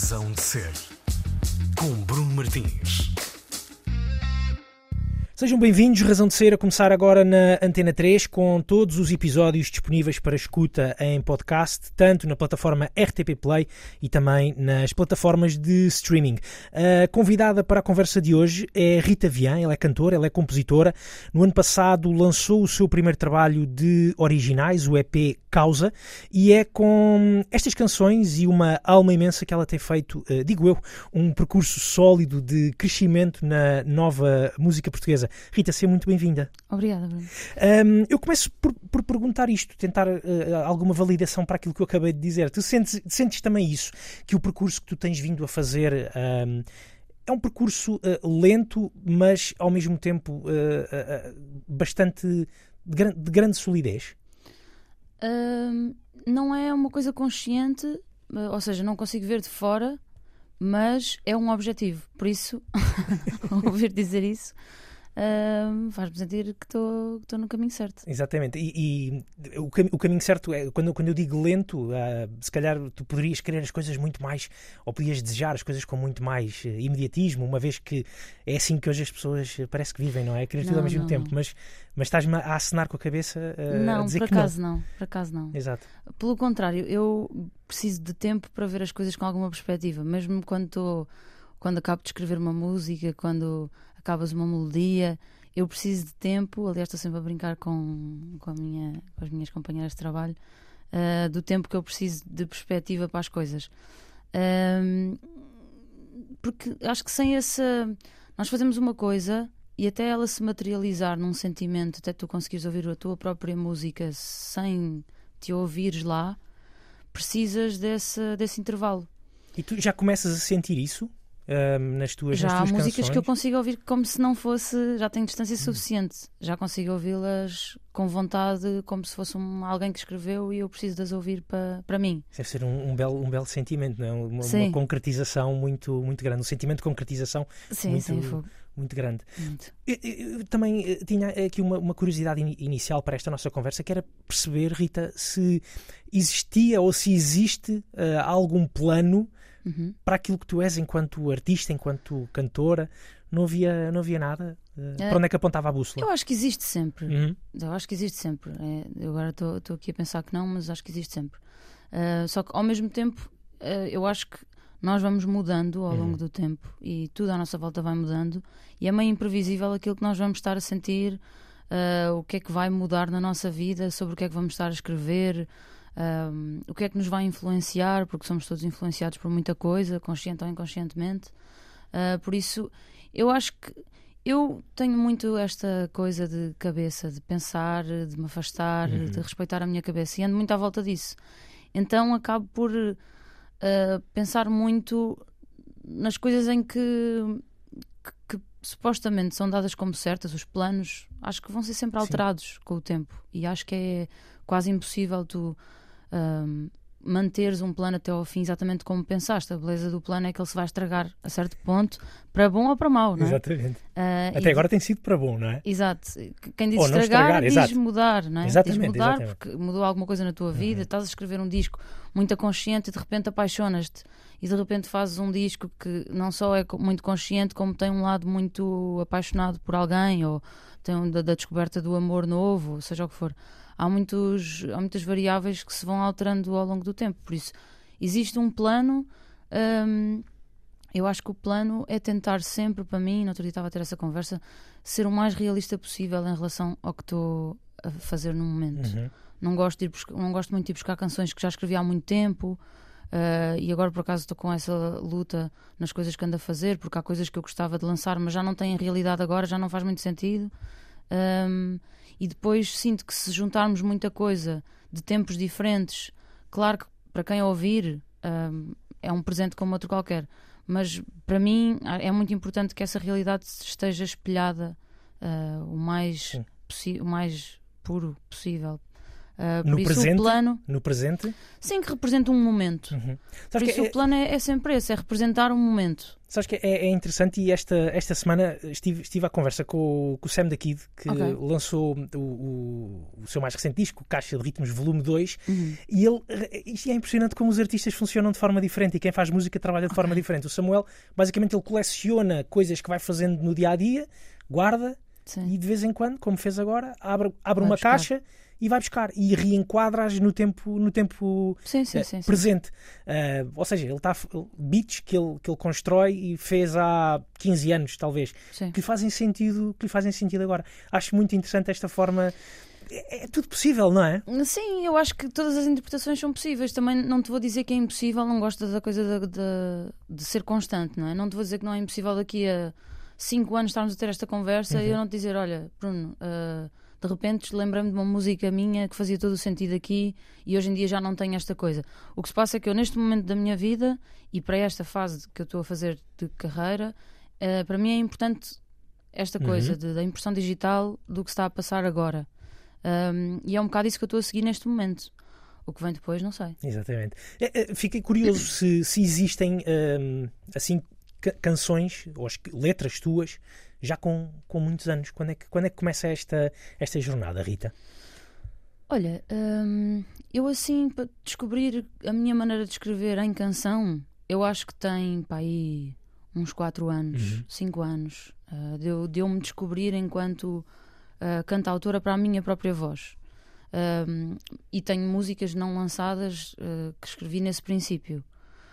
Razão de Ser, com Bruno Martins. Sejam bem-vindos, Razão de Ser, a começar agora na Antena 3, com todos os episódios disponíveis para escuta em podcast, tanto na plataforma RTP Play e também nas plataformas de streaming. A convidada para a conversa de hoje é Rita Vian, ela é cantora, ela é compositora. No ano passado lançou o seu primeiro trabalho de originais, o EP Causa, e é com estas canções e uma alma imensa que ela tem feito, digo eu, um percurso sólido de crescimento na nova música portuguesa. Rita, seja muito bem-vinda. Obrigada, Bruno. Eu começo por perguntar isto, tentar alguma validação para aquilo que eu acabei de dizer. Tu sentes também isso, que o percurso que tu tens vindo a fazer é um percurso lento, mas ao mesmo tempo bastante de grande solidez? Não é uma coisa consciente, ou seja, não consigo ver de fora, mas é um objetivo. Por isso, ouvir dizer isso faz-me sentir que estou no caminho certo. Exatamente. E o caminho certo é, quando eu digo lento, se calhar tu poderias querer as coisas muito mais, ou podias desejar as coisas com muito mais imediatismo, uma vez que é assim que hoje as pessoas parece que vivem, não é? Querer tudo ao mesmo tempo, mas estás-me a acenar com a cabeça a dizer que não. Por acaso não. Exato. Pelo contrário, eu preciso de tempo para ver as coisas com alguma perspectiva, mesmo quando acabo de escrever uma música, quando acabas uma melodia, eu preciso de tempo. Aliás, estou sempre a brincar com as minhas companheiras de trabalho, do tempo que eu preciso de perspectiva para as coisas, porque acho que sem essa, nós fazemos uma coisa e até ela se materializar num sentimento, até tu conseguires ouvir a tua própria música sem te ouvires lá, precisas desse intervalo. E tu já começas a sentir isso? Nas tuas Já há músicas canções? que eu consigo ouvir como se não fosse, já tenho distância suficiente, já consigo ouvi-las com vontade, como se fosse alguém que escreveu e eu preciso de as ouvir para mim. Deve ser um belo sentimento, não é? Uma concretização muito, muito grande, um sentimento de concretização muito grande. Muito. Eu também tinha aqui uma curiosidade inicial para esta nossa conversa, que era perceber, Rita, se existia ou se existe algum plano para aquilo que tu és enquanto artista, enquanto cantora. Não havia nada? Para onde é que apontava a bússola? Eu acho que existe sempre. Eu acho que existe sempre. Eu agora estou aqui a pensar que não, mas acho que existe sempre. Só que ao mesmo tempo eu acho que nós vamos mudando ao longo do tempo e tudo à nossa volta vai mudando e é meio imprevisível aquilo que nós vamos estar a sentir, o que é que vai mudar na nossa vida, sobre o que é que vamos estar a escrever, o que é que nos vai influenciar, porque somos todos influenciados por muita coisa, consciente ou inconscientemente. Por isso, eu acho que eu tenho muito esta coisa de cabeça, de pensar, de me afastar, de respeitar a minha cabeça e ando muito à volta disso. Então acabo por pensar muito nas coisas em que supostamente são dadas como certas, os planos, acho que vão ser sempre alterados com o tempo e acho que é quase impossível tu manteres um plano até ao fim exatamente como pensaste. A beleza do plano é que ele se vai estragar a certo ponto, para bom ou para mau, não é? Exatamente. Até agora tem sido para bom, não é? Exato. Quem diz ou estragar, diz exato. Mudar, não é? Exatamente, diz mudar exatamente. Porque mudou alguma coisa na tua vida, estás a escrever um disco muito consciente e de repente apaixonas-te e de repente fazes um disco que não só é muito consciente como tem um lado muito apaixonado por alguém ou tem da descoberta do amor novo, seja o que for. Há muitas variáveis que se vão alterando ao longo do tempo, por isso existe um plano. Eu acho que o plano é tentar sempre, para mim, no outro dia estava a ter essa conversa, ser o mais realista possível em relação ao que estou a fazer no momento. Não gosto muito de ir buscar canções que já escrevi há muito tempo, e agora por acaso estou com essa luta nas coisas que ando a fazer, porque há coisas que eu gostava de lançar mas já não têm realidade agora, já não faz muito sentido. E depois sinto que se juntarmos muita coisa de tempos diferentes, claro que para quem ouvir é um presente como outro qualquer, mas para mim é muito importante que essa realidade esteja espelhada o mais puro possível. No isso, presente? O plano, no presente? Sim, que representa um momento. Por isso o plano é sempre esse, é representar um momento. Sabes que é interessante, e esta semana estive à conversa com o Sam da Kid, que lançou o seu mais recente disco, Caixa de Ritmos Volume 2, e isto é impressionante como os artistas funcionam de forma diferente e quem faz música trabalha de forma diferente. O Samuel, basicamente, ele coleciona coisas que vai fazendo no dia-a-dia, guarda, e de vez em quando, como fez agora, abre uma caixa e vai buscar e reenquadra-as no tempo presente. Ou seja, ele está beats que ele constrói e fez há 15 anos, talvez, que lhe fazem sentido agora. Acho muito interessante esta forma. É tudo possível, não é? Sim, eu acho que todas as interpretações são possíveis. Também não te vou dizer que é impossível, não gosto da coisa de ser constante, não é? Não te vou dizer que não é impossível daqui a 5 anos estarmos a ter esta conversa e eu não te dizer, olha, Bruno, de repente lembrei-me de uma música minha que fazia todo o sentido aqui e hoje em dia já não tenho esta coisa. O que se passa é que eu, neste momento da minha vida e para esta fase que eu estou a fazer de carreira, para mim é importante esta coisa da impressão digital do que está a passar agora. E é um bocado isso que eu estou a seguir neste momento. O que vem depois, não sei. Exatamente. Fiquei curioso se existem assim canções ou letras tuas já com muitos anos. Quando é que começa esta jornada, Rita? Olha, eu assim, para descobrir a minha maneira de escrever em canção, eu acho que tem aí uns 4 anos, 5 anos, de eu me descobrir enquanto cantautora para a minha própria voz. E tenho músicas não lançadas que escrevi nesse princípio.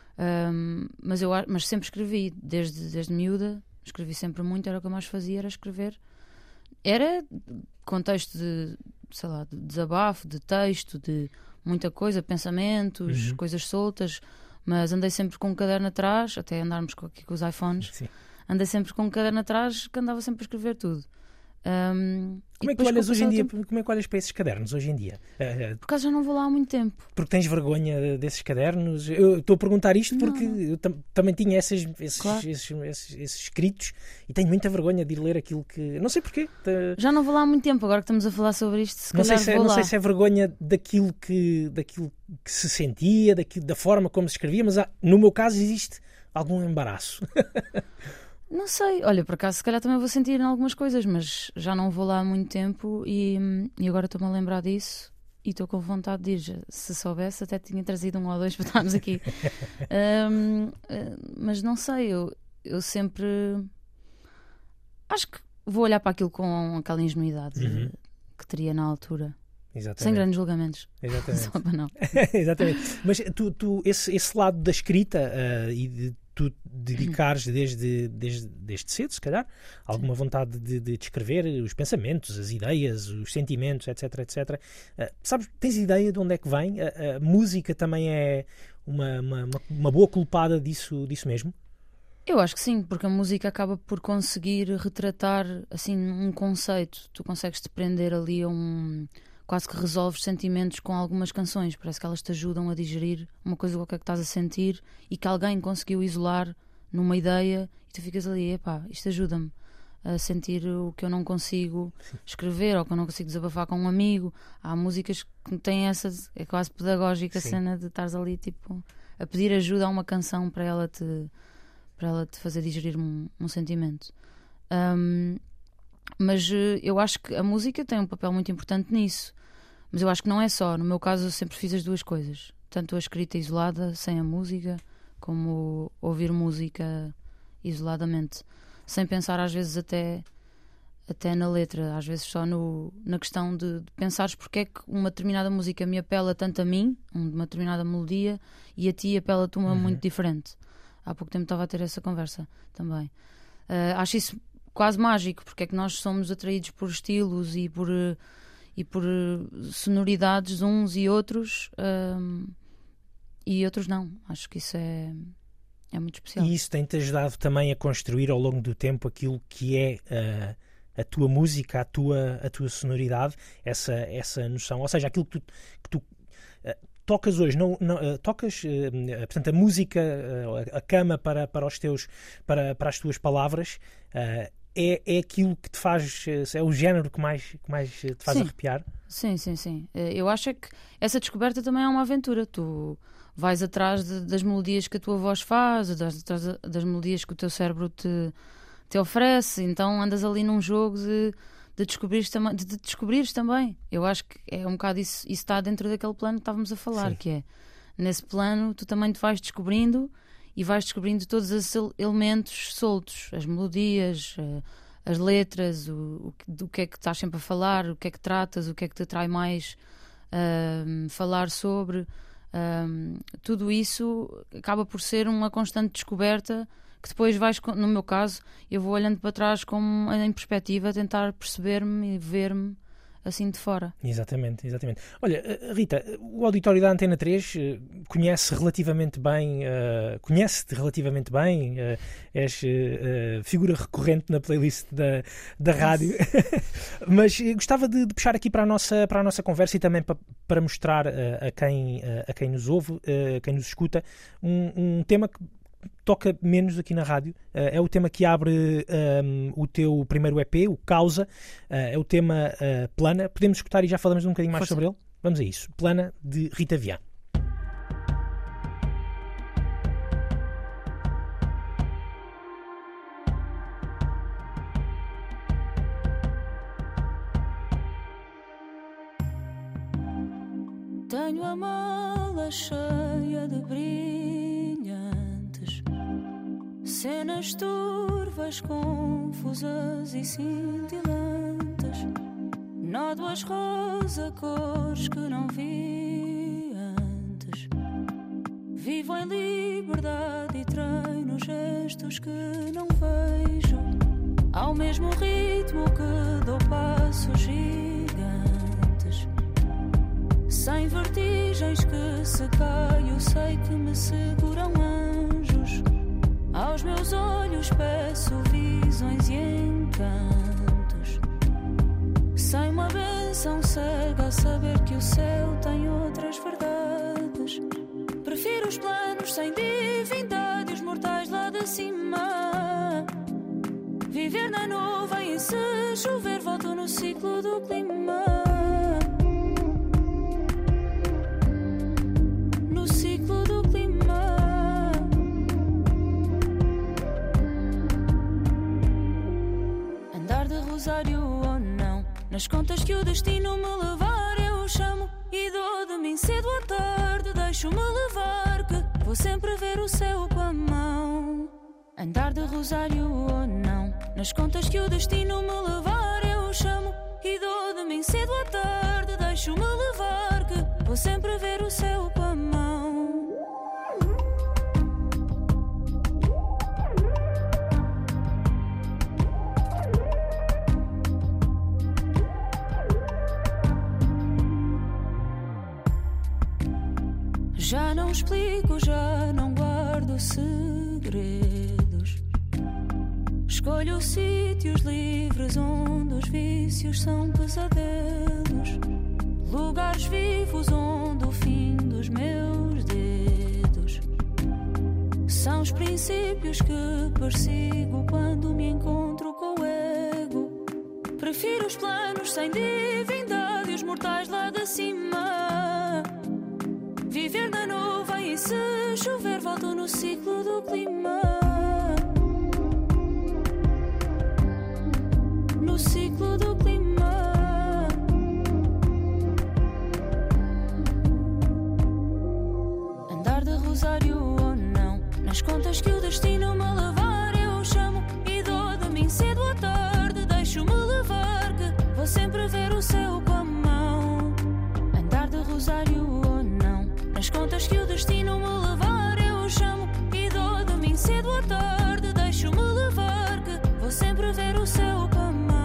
Mas sempre escrevi, desde miúda, escrevi sempre muito, era o que eu mais fazia, era escrever. Era contexto de, sei lá, de desabafo, de texto, de muita coisa, pensamentos, coisas soltas, mas andei sempre com um caderno atrás, até andarmos aqui com os iPhones. Sim. Andei sempre com um caderno atrás que andava sempre a escrever tudo. Como é que olhas hoje em dia? Como é que olhas para esses cadernos hoje em dia? Por acaso já não vou lá há muito tempo. Porque tens vergonha desses cadernos? Eu estou a perguntar isto porque eu também tinha esses escritos e tenho muita vergonha de ir ler aquilo que... Não sei porquê. Já não vou lá há muito tempo, agora que estamos a falar sobre isto. Não sei se é vergonha daquilo que se sentia, da forma como se escrevia, mas no meu caso existe algum embaraço. Não sei, olha, por acaso se calhar também vou sentir em algumas coisas, mas já não vou lá há muito tempo e agora estou-me a lembrar disso e estou com vontade de ir. Se soubesse até tinha trazido 1 ou 2 para estarmos aqui. Mas não sei, eu sempre acho que vou olhar para aquilo com aquela ingenuidade que teria na altura. Exatamente. Sem grandes julgamentos. Exatamente. Só para não. Exatamente. Mas tu esse lado da escrita e de tu dedicares desde cedo, se calhar, alguma vontade de escrever os pensamentos, as ideias, os sentimentos, etc, etc. Sabes, tens ideia de onde é que vem? A música também é uma boa culpada disso mesmo? Eu acho que sim, porque a música acaba por conseguir retratar assim um conceito. Tu consegues te prender ali a quase que resolves sentimentos com algumas canções. Parece que elas te ajudam a digerir uma coisa qualquer que estás a sentir e que alguém conseguiu isolar numa ideia e tu ficas ali, epá, isto ajuda-me a sentir o que eu não consigo escrever ou que eu não consigo desabafar com um amigo. Há músicas que têm essa, é quase pedagógica, a cena de estares ali tipo a pedir ajuda a uma canção para ela te fazer digerir um sentimento. Mas eu acho que a música tem um papel muito importante nisso. Mas eu acho que não é só. No meu caso eu sempre fiz as duas coisas. Tanto a escrita isolada, sem a música, como ouvir música isoladamente. Sem pensar às vezes até na letra. Às vezes só na questão de pensares porque é que uma determinada música me apela tanto a mim, uma determinada melodia, e a ti apela-te uma muito diferente. Há pouco tempo estava a ter essa conversa também. Acho isso quase mágico, porque é que nós somos atraídos por estilos e por sonoridades uns e outros não. Acho que isso é muito especial. E isso tem-te ajudado também a construir ao longo do tempo aquilo que é a tua música, a tua sonoridade, essa noção, ou seja, aquilo que tu tocas hoje, tocas, portanto, a música, a cama para as tuas palavras, é aquilo que te faz, é o género que mais te faz arrepiar? Sim. Eu acho que essa descoberta também é uma aventura. Tu vais atrás das melodias que a tua voz faz, das melodias que o teu cérebro te oferece, então andas ali num jogo de de descobrires também. Eu acho que é um bocado isso está dentro daquele plano que estávamos a falar, que é, nesse plano tu também te vais descobrindo e vais descobrindo todos esses elementos soltos, as melodias, as letras, do que é que estás sempre a falar, o que é que tratas, o que é que te atrai mais falar sobre. Tudo isso acaba por ser uma constante descoberta que depois vais, no meu caso, eu vou olhando para trás como em perspectiva, tentar perceber-me e ver-me assim de fora. Exatamente. Olha, Rita, o auditório da Antena 3 conhece-te relativamente bem, és figura recorrente na playlist da rádio, mas gostava de puxar aqui para a nossa conversa e também para mostrar a quem nos ouve, quem nos escuta, um tema que toca menos aqui na rádio. É o tema que abre o teu primeiro EP, o Causa. É o tema Plana. Podemos escutar e já falamos um bocadinho mais sobre ele? Vamos a isso. Plana, de Rita Vian. Tenho a mala cheia de brilhantes, cenas turvas, confusas e cintilantes, nódoas rosa, cores que não vi antes. Vivo em liberdade e treino gestos que não vejo, ao mesmo ritmo que dou passos gigantes. Sem vertigens que se caio, sei que me seguram anjos. Aos meus olhos peço visões e encantos. Sem uma bênção cega a saber que o céu tem outras verdades. Prefiro os planos sem divindade e os mortais lá de cima. Viver na nuvem e se chover volto no ciclo do clima. Ou não, nas contas que o destino me levar eu chamo e dou de mim cedo à tarde. Deixo-me levar que vou sempre ver o céu com a mão. Andar de rosário ou não, nas contas que o destino me levar eu chamo e dou de mim cedo à tarde. Deixo-me levar que vou sempre ver o céu com a mão. Já não explico, já não guardo segredos. Escolho sítios livres onde os vícios são pesadelos. Lugares vivos onde o fim dos meus dedos são os princípios que persigo quando me encontro com o ego. Prefiro os planos sem divindade e os mortais lá de cima. Viver na nuvem e se chover volto no ciclo do clima. No ciclo do clima. Andar de rosário ou não, nas contas que o destino me levar eu chamo e dou de mim cedo à tarde. Deixo-me levar que vou sempre ver o céu com a mão. Andar de rosário ou não, nas contas que o destino me levar eu chamo e dou de mim cedo à tarde. Deixo-me levar que vou sempre ver o céu com a mão.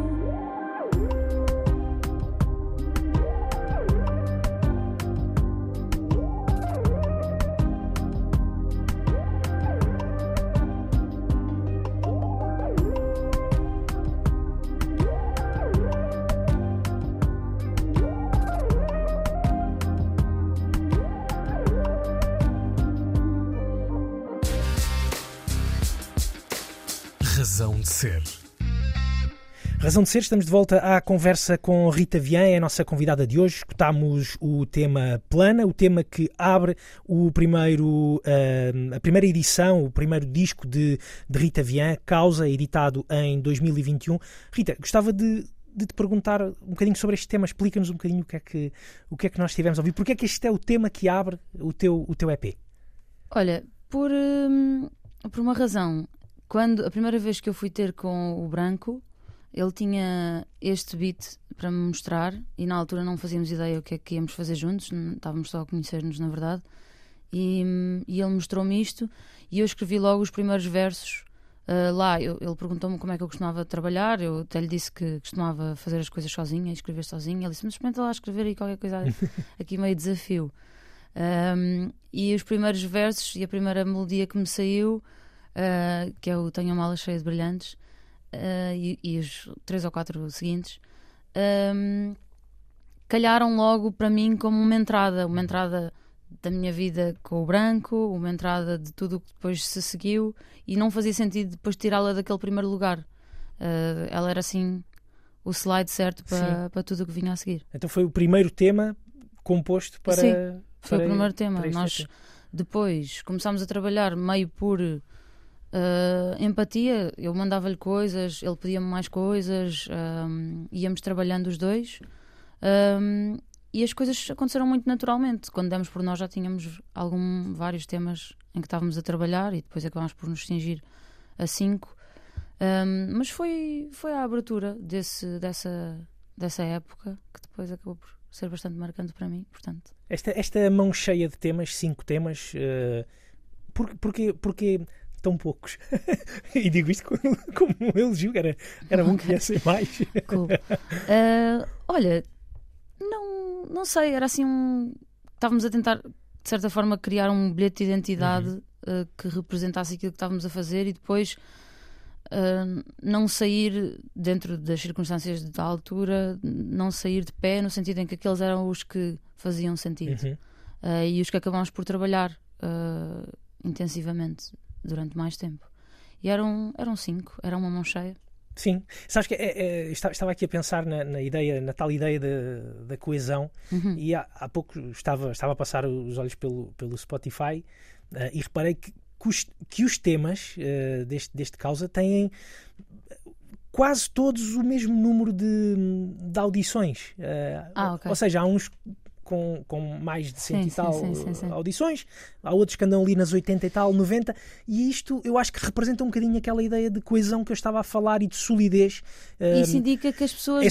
Razão de Ser. Razão de Ser, estamos de volta à conversa com Rita Vian, é a nossa convidada de hoje. Escutámos o tema Plana, o tema que abre a primeira edição, o primeiro disco de Rita Vian, Causa, editado em 2021. Rita, gostava de de te perguntar um bocadinho sobre este tema. Explica-nos um bocadinho o que é que nós tivemos a ouvir. Porque é que este é o tema que abre o teu EP? Olha, por uma razão. Quando a primeira vez que eu fui ter com o Branco, ele tinha este beat para me mostrar e na altura não fazíamos ideia o que é que íamos fazer juntos, estávamos só a conhecer-nos na verdade, e ele mostrou-me isto e eu escrevi logo os primeiros versos lá. Ele perguntou-me como é que eu costumava trabalhar, eu até lhe disse que costumava fazer as coisas sozinha e escrever sozinha. Ele disse, mas experimenta lá escrever aí qualquer coisa aqui meio desafio. E os primeiros versos e a primeira melodia que me saiu, que é o Tenho a Mala Cheia de Brilhantes, e os 3 ou 4 seguintes, calharam logo para mim como uma entrada da minha vida com o Branco, uma entrada de tudo o que depois se seguiu, e não fazia sentido depois tirá-la daquele primeiro lugar. Ela era assim o slide certo para tudo o que vinha a seguir. Então foi o primeiro tema composto para... Sim, foi para, o primeiro tema. Nós EP. Depois começámos a trabalhar meio por empatia. Eu mandava-lhe coisas, ele pedia-me mais coisas, íamos trabalhando os dois, e as coisas aconteceram muito naturalmente. Quando demos por nós já tínhamos vários temas em que estávamos a trabalhar e depois acabámos por nos cingir a 5, mas foi a abertura dessa época que depois acabou por ser bastante marcante para mim, portanto. Esta mão cheia de temas, 5 temas, porque tão poucos? E digo isto como um elogio, era bom que viessem mais. Cool. Olha, não sei, era assim estávamos a tentar, de certa forma, criar um bilhete de identidade que representasse aquilo que estávamos a fazer e depois não sair, dentro das circunstâncias da altura, não sair de pé, no sentido em que aqueles eram os que faziam sentido, e os que acabámos por trabalhar intensivamente durante mais tempo. E eram 5, era uma mão cheia. Sim, sabes que estava aqui a pensar na tal ideia da coesão, e há pouco estava a passar os olhos pelo Spotify, e reparei que os temas deste Causa têm quase todos o mesmo número de audições. Okay. Ou seja, há uns com mais de 100 sim, e tal sim. audições, há outros que andam ali nas 80 e tal, 90, e isto eu acho que representa um bocadinho aquela ideia de coesão que eu estava a falar e de solidez. Isso indica que as pessoas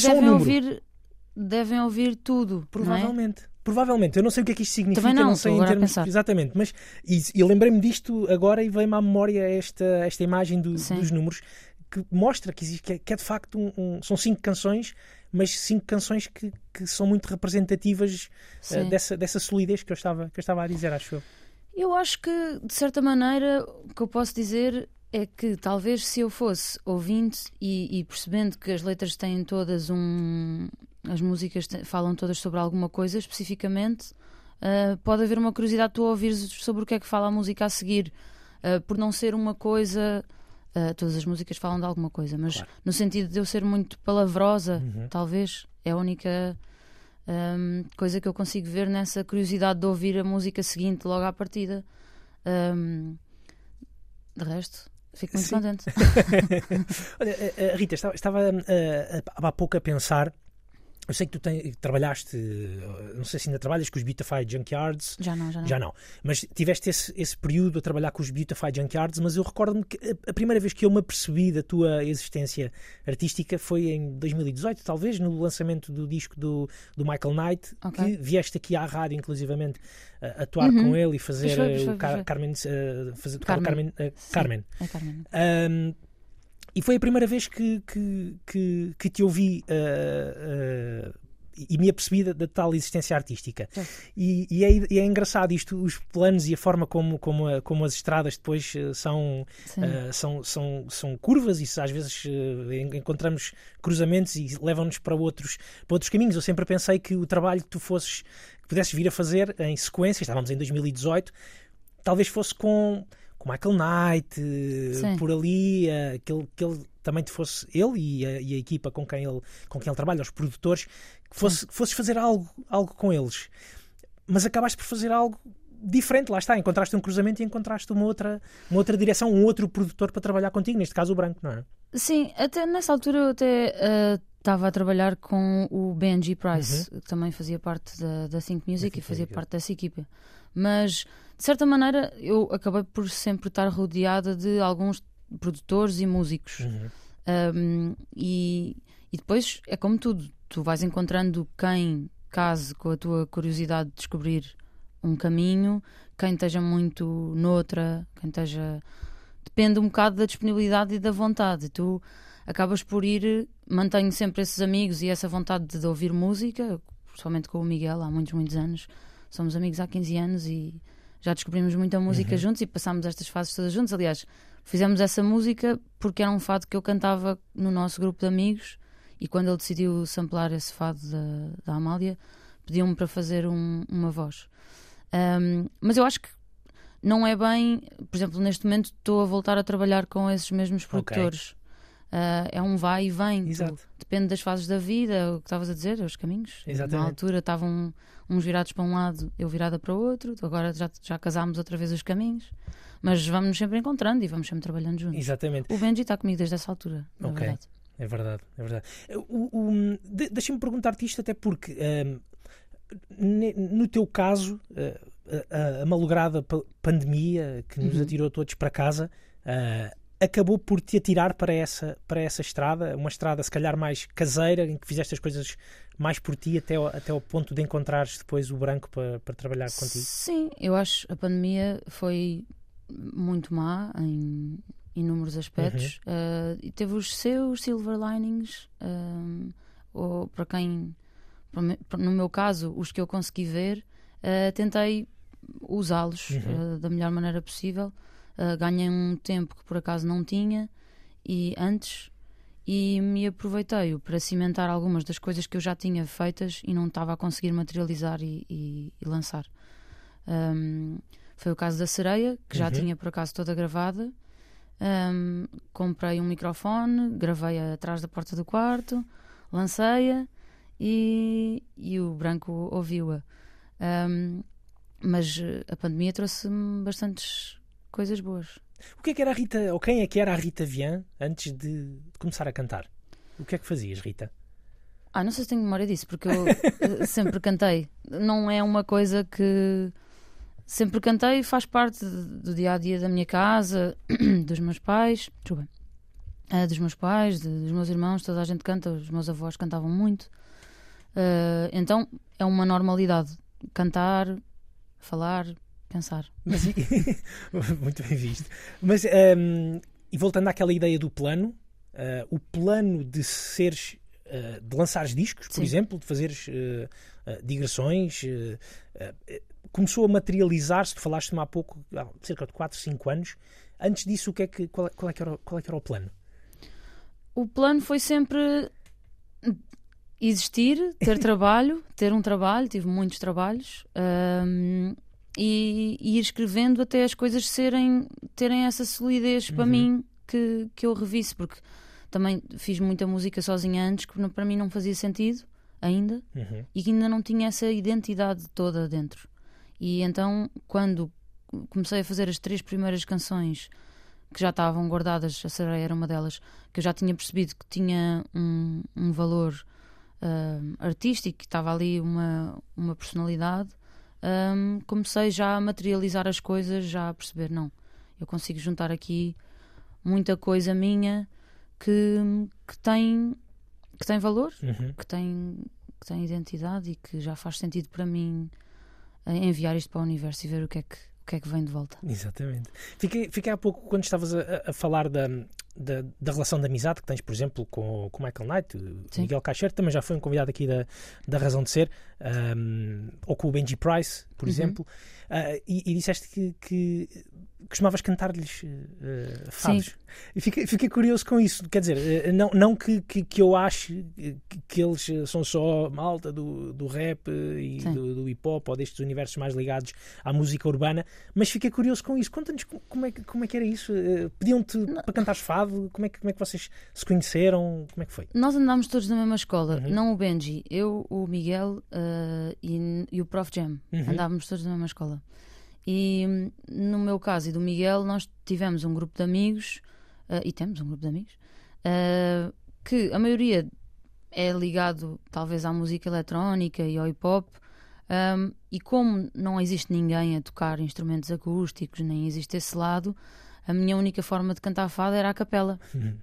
devem ouvir tudo. Provavelmente. Provavelmente, eu não sei o que é que isto significa, Também não sei em termos exatamente, mas e lembrei-me disto agora e veio-me à memória esta imagem dos números, que mostra que é de facto são 5 canções, mas 5 canções que são muito representativas dessa solidez que eu estava a dizer, acho eu. Eu acho que, de certa maneira, o que eu posso dizer é que talvez se eu fosse ouvinte e percebendo que as letras têm todas as músicas falam todas sobre alguma coisa especificamente, pode haver uma curiosidade tu a ouvir sobre o que é que fala a música a seguir, por não ser uma coisa... todas as músicas falam de alguma coisa, mas claro, no sentido de eu ser muito palavrosa, talvez é a única coisa que eu consigo ver nessa curiosidade de ouvir a música seguinte logo à partida. De resto, fico muito contente. Olha, Rita, estava há pouco a pensar. Eu sei que tu trabalhaste, não sei se ainda trabalhas com os Beautify Junkyards. Já não. Mas tiveste esse período a trabalhar com os Beautify Junkyards, mas eu recordo-me que a primeira vez que eu me apercebi da tua existência artística foi em 2018, talvez, no lançamento do disco do Michael Knight, que vieste aqui à rádio, inclusivamente, atuar com ele e fazer o Carmen. Carmen. E foi a primeira vez que te ouvi e me apercebi da tal existência artística. E é engraçado isto, os planos e a forma como as estradas depois são curvas, e às vezes encontramos cruzamentos e levam-nos para outros caminhos. Eu sempre pensei que o trabalho que tu pudesses vir a fazer em sequência, estávamos em 2018, talvez fosse com Michael Knight, por ali, que ele também te fosse, ele e a equipa com quem ele trabalha, os produtores, que fosses fazer algo com eles. Mas acabaste por fazer algo diferente, lá está, encontraste um cruzamento e encontraste uma outra direção, um outro produtor para trabalhar contigo, neste caso o Branco, não é? Sim, até nessa altura eu estava a trabalhar com o Benji Price, que também fazia parte da Think Music e fazia parte dessa equipa. Mas, de certa maneira, eu acabei por sempre estar rodeada de alguns produtores e músicos. E depois é como tudo, tu vais encontrando quem case com a tua curiosidade de descobrir um caminho, quem esteja muito noutra, quem esteja... Depende um bocado da disponibilidade e da vontade. Tu acabas por ir... Mantenho sempre esses amigos e essa vontade de ouvir música, principalmente com o Miguel, há muitos, muitos anos. Somos amigos há 15 anos e já descobrimos muita música juntos e passámos estas fases todas juntos. Aliás, fizemos essa música porque era um fado que eu cantava no nosso grupo de amigos e quando ele decidiu samplar esse fado da Amália, pediu-me para fazer uma voz. Mas eu acho que não é bem... Por exemplo, neste momento estou a voltar a trabalhar com esses mesmos produtores. É um vai e vem. Depende das fases da vida, o que estavas a dizer, os caminhos. Exatamente. Na altura estavam uns virados para um lado, eu virada para o outro. Agora já casámos outra vez os caminhos. Mas vamos nos sempre encontrando e vamos sempre trabalhando juntos. Exatamente. O Benji está comigo desde essa altura, na verdade. É verdade, é verdade. Deixa-me perguntar-te isto até porque no teu caso a malograda pandemia que nos atirou todos para casa acabou por te atirar para essa estrada, uma estrada se calhar mais caseira, em que fizeste as coisas mais por ti até ao ponto de encontrares depois o Branco para trabalhar contigo? Sim, eu acho que a pandemia foi muito má em inúmeros aspectos e teve os seus silver linings, ou para quem, no meu caso, os que eu consegui ver, tentei usá-los da melhor maneira possível. Ganhei um tempo que por acaso não tinha e me aproveitei para cimentar algumas das coisas que eu já tinha feitas e não estava a conseguir materializar e lançar. Foi o caso da Sereia, que já tinha por acaso toda gravada. Comprei um microfone, gravei-a atrás da porta do quarto, lancei-a e o Branco ouviu-a. Mas a pandemia trouxe-me bastantes coisas boas. O que é que era a Rita, ou quem é que era a Rita Vian antes de começar a cantar? O que é que fazias, Rita? Não sei se tenho memória disso, porque eu sempre cantei. Não é uma coisa que... Sempre cantei, faz parte do dia-a-dia da minha casa, dos meus pais, dos meus pais, dos meus irmãos, toda a gente canta, os meus avós cantavam muito. Então é uma normalidade. Cantar, falar... pensar. Muito bem visto. Mas, e voltando àquela ideia do plano, o plano de seres, de lançares discos, por exemplo, de fazeres digressões, começou a materializar-se. Tu falaste-me há pouco, há cerca de 4, 5 anos. Antes disso, qual é que era o plano? O plano foi sempre existir, ter um trabalho, tive muitos trabalhos, e ir escrevendo até as coisas terem essa solidez para mim que eu revisse, porque também fiz muita música sozinha antes que para mim não fazia sentido ainda e que ainda não tinha essa identidade toda dentro. E então quando comecei a fazer as 3 primeiras canções que já estavam guardadas, a Sereia era uma delas, que eu já tinha percebido que tinha um valor artístico, que estava ali uma personalidade. Comecei já a materializar as coisas, já a perceber, não, eu consigo juntar aqui muita coisa minha que tem valor, que tem identidade e que já faz sentido para mim enviar isto para o universo e ver o que é que vem de volta. Exatamente. Fiquei há pouco, quando estavas a falar da relação de amizade que tens, por exemplo, com o Michael Knight, o Miguel Caixeiro, também já foi um convidado aqui da Razão de Ser, ou com o Benji Price, por exemplo, e disseste que costumavas cantar-lhes fados. E fiquei curioso com isso. Quer dizer, não que eu ache que eles são só malta do rap e do hip-hop ou destes universos mais ligados à música urbana, mas fiquei curioso com isso. Conta-nos como é que era isso. Pediam-te para cantares fado? Como é que vocês se conheceram? Como é que foi? Nós andámos todos na mesma escola, não o Benji, eu, o Miguel e o Prof Jam. Andávamos todos na mesma escola. E no meu caso e do Miguel, nós tivemos um grupo de amigos, e temos um grupo de amigos, que a maioria é ligado talvez à música eletrónica e ao hip-hop. E como não existe ninguém a tocar instrumentos acústicos, nem existe esse lado, a minha única forma de cantar fado era a capela.